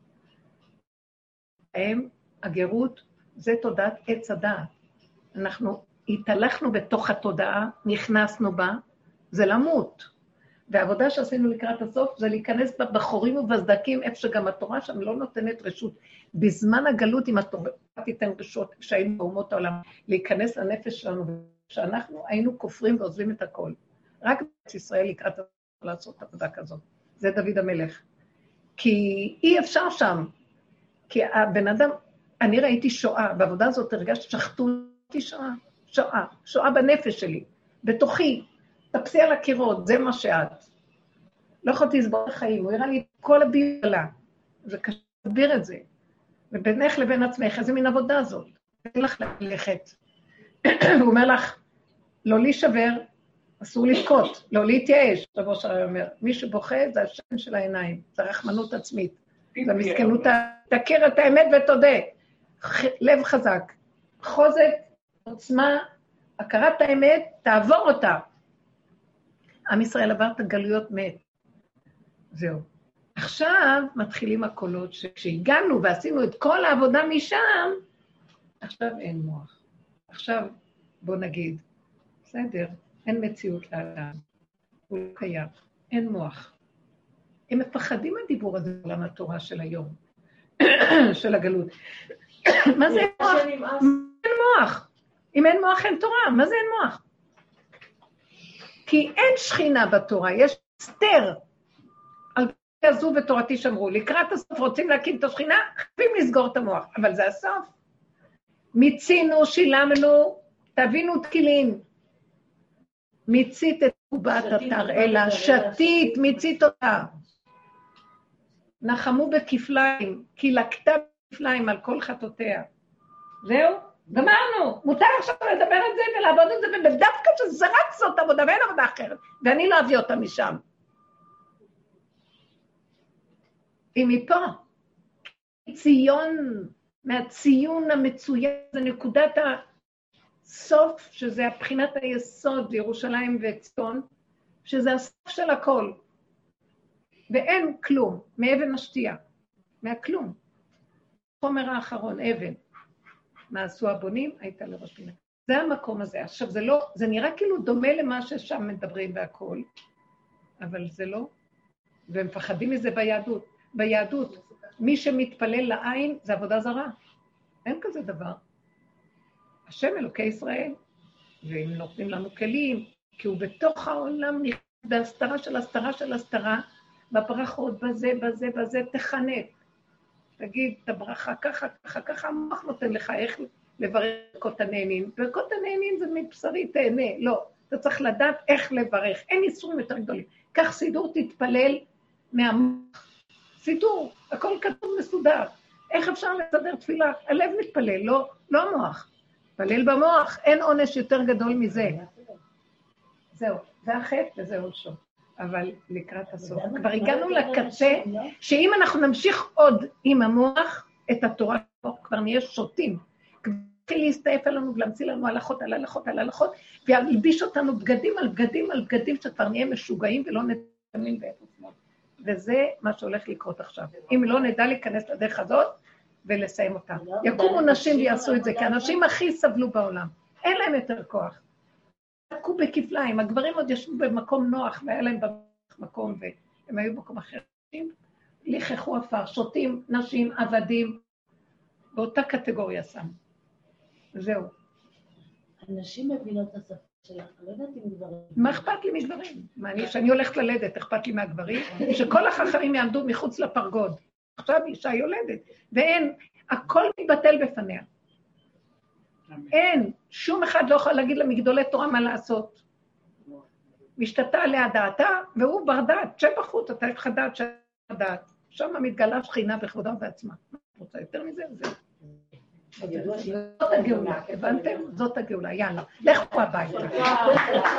הם, הגרות, זה תודעת עץ הדעת. אנחנו התהלכנו בתוך התודעה, נכנסנו בה, זה למות. והעבודה שעשינו לקראת הסוף זה להיכנס בחורים ובסדקים, איפה שגם התורה שם לא נותנת רשות. בזמן הגלות, אם התורה תיתן רשות, כשהיינו באומות העולם, להיכנס לנפש שלנו, שאנחנו היינו כופרים ועוזבים את הכל. רק בארץ ישראל לקראת לעשות עבודה כזאת. זה דוד המלך. כי אי אפשר שם. כי הבן אדם, אני ראיתי שואה, בעבודה הזאת הרגשת שחטו אותי שואה בנפש שלי, בתוכי. תפסי על הקירות, זה מה שאת. לא יכולתי לסבור החיים, הוא הראה לי כל הבילה. זה קשה להסביר את זה. ובינך לבין עצמך, איזה מין עבודה הזאת. אין לך ללכת. הוא אומר לך, לא להישבר, אסור לבכות, לא להתייאש. רבו שרי אומר, מי שבוכה זה השם של העיניים, זה רחמנות עצמית. זה מסכנות, תכיר את האמת ותודה. לב חזק. חוזק, עוצמה, הכרת האמת, תעבור אותה. עם ישראל עבר את הגלויות מת. זהו. עכשיו מתחילים הקולות שכשהגענו ועשינו את כל העבודה משם, עכשיו אין מוח. עכשיו בוא נגיד, בסדר, אין מציאות לאדם. הוא לא קיים, אין מוח. הם מפחדים מהדיבור הזה בעולם התורה של היום, של הגלות. מה זה מוח? אין מוח. אם אין מוח אין תורה, מה זה אין מוח? כי אין שכינה בתורה, יש סתר. על פי הזו ותורתי שמרו, לקראת הסוף רוצים להקים את השכינה, חייבים לסגור את המוח, אבל זה הסוף. מיצינו, שילמנו, תבינו תקילין. מיצית את קובת התרעלה, שתית, מיצית אותה. נחמו בכפליים, כי לקטה בכפליים על כל חטאותיה. זהו, גמרנו. מותר עכשיו לדבר על זה ולעבוד את זה, ודווקא שזה רק זאת עבודה ואין עבודה אחרת, ואני לא אביא אותה משם. היא מפה. ציון, מהציון המצוין, זה נקודת הסוף, שזה הבחינת היסוד לירושלים וציון, שזה הסוף של הכל. ואין כלום, מאבן השתייה, מהכלום. חומר האחרון, אבן. מה עשו הבונים? הייתה לראש פינה. זה המקום הזה. עכשיו זה לא, זה נראה כאילו דומה למה ששם מדברים והכל, אבל זה לא. והם מפחדים מזה ביהדות. ביהדות, מי שמתפלל לעין זה עבודה זרה. אין כזה דבר. השם אלוקי ישראל, והם נותנים לנו כלים, כי הוא בתוך העולם נכנס בהסתרה של הסתרה של הסתרה, בברכות, בזה, תחנק. תגיד את הברכה ככה, המוח נותן לך איך לברך ברכות הנהנין. ברכות הנהנין זה מבשרי תהנה, לא. אתה צריך לדעת איך לברך, אין איסורים יותר גדולים. כך סידור תתפלל מהמוח. סידור, הכל כתוב מסודר. איך אפשר לסדר תפילה? הלב מתפלל, לא המוח. תפלל במוח, אין עונש יותר גדול מזה. זהו, זה החטא וזה עונשו. אבל לקראת הסוף. כבר הגענו לקצה, שאם אנחנו נמשיך עוד עם המוח, את התורה, כבר נהיה שוטים. כבר נתחיל להסתעף עלינו ולהמציא לנו הלכות על הלכות על הלכות, ולביש אותנו בגדים על בגדים על בגדים, שכבר נהיה משוגעים ולא נתאמין באיפה שמאל. וזה מה שהולך לקרות עכשיו. אם לא נדע להיכנס לדרך הזאת ולסיים אותה. יקומו נשים ויעשו את זה, כי האנשים הכי סבלו בעולם. אין להם יותר כוח. עקו בכפליים, הגברים עוד ישבו במקום נוח, והיה להם במקום, והם היו במקום אחר. לכחו אפר, שוטים, נשים, עבדים, באותה קטגוריה שם. זהו. הנשים מבינות את השפה שלך, לא יודעת אם גברים. מה אכפת לי מגברים? שאני הולכת ללדת, אכפת לי מהגברים? שכל החכמים יעמדו מחוץ לפרגוד. עכשיו אישה יולדת, ואין, הכל מתבטל בפניה. אין, שום אחד לא יכול להגיד למגדולי תורה מה לעשות. משתתה עליה דעתה, והוא בר דעת, שבחוץ, אתה יש לך דעת דעת. שם מתגלה שכינה בכבודה בעצמה. רוצה יותר מזה? זהו. זאת הגאולה, הבנתם? זאת הגאולה, יאללה, לכו הביתה.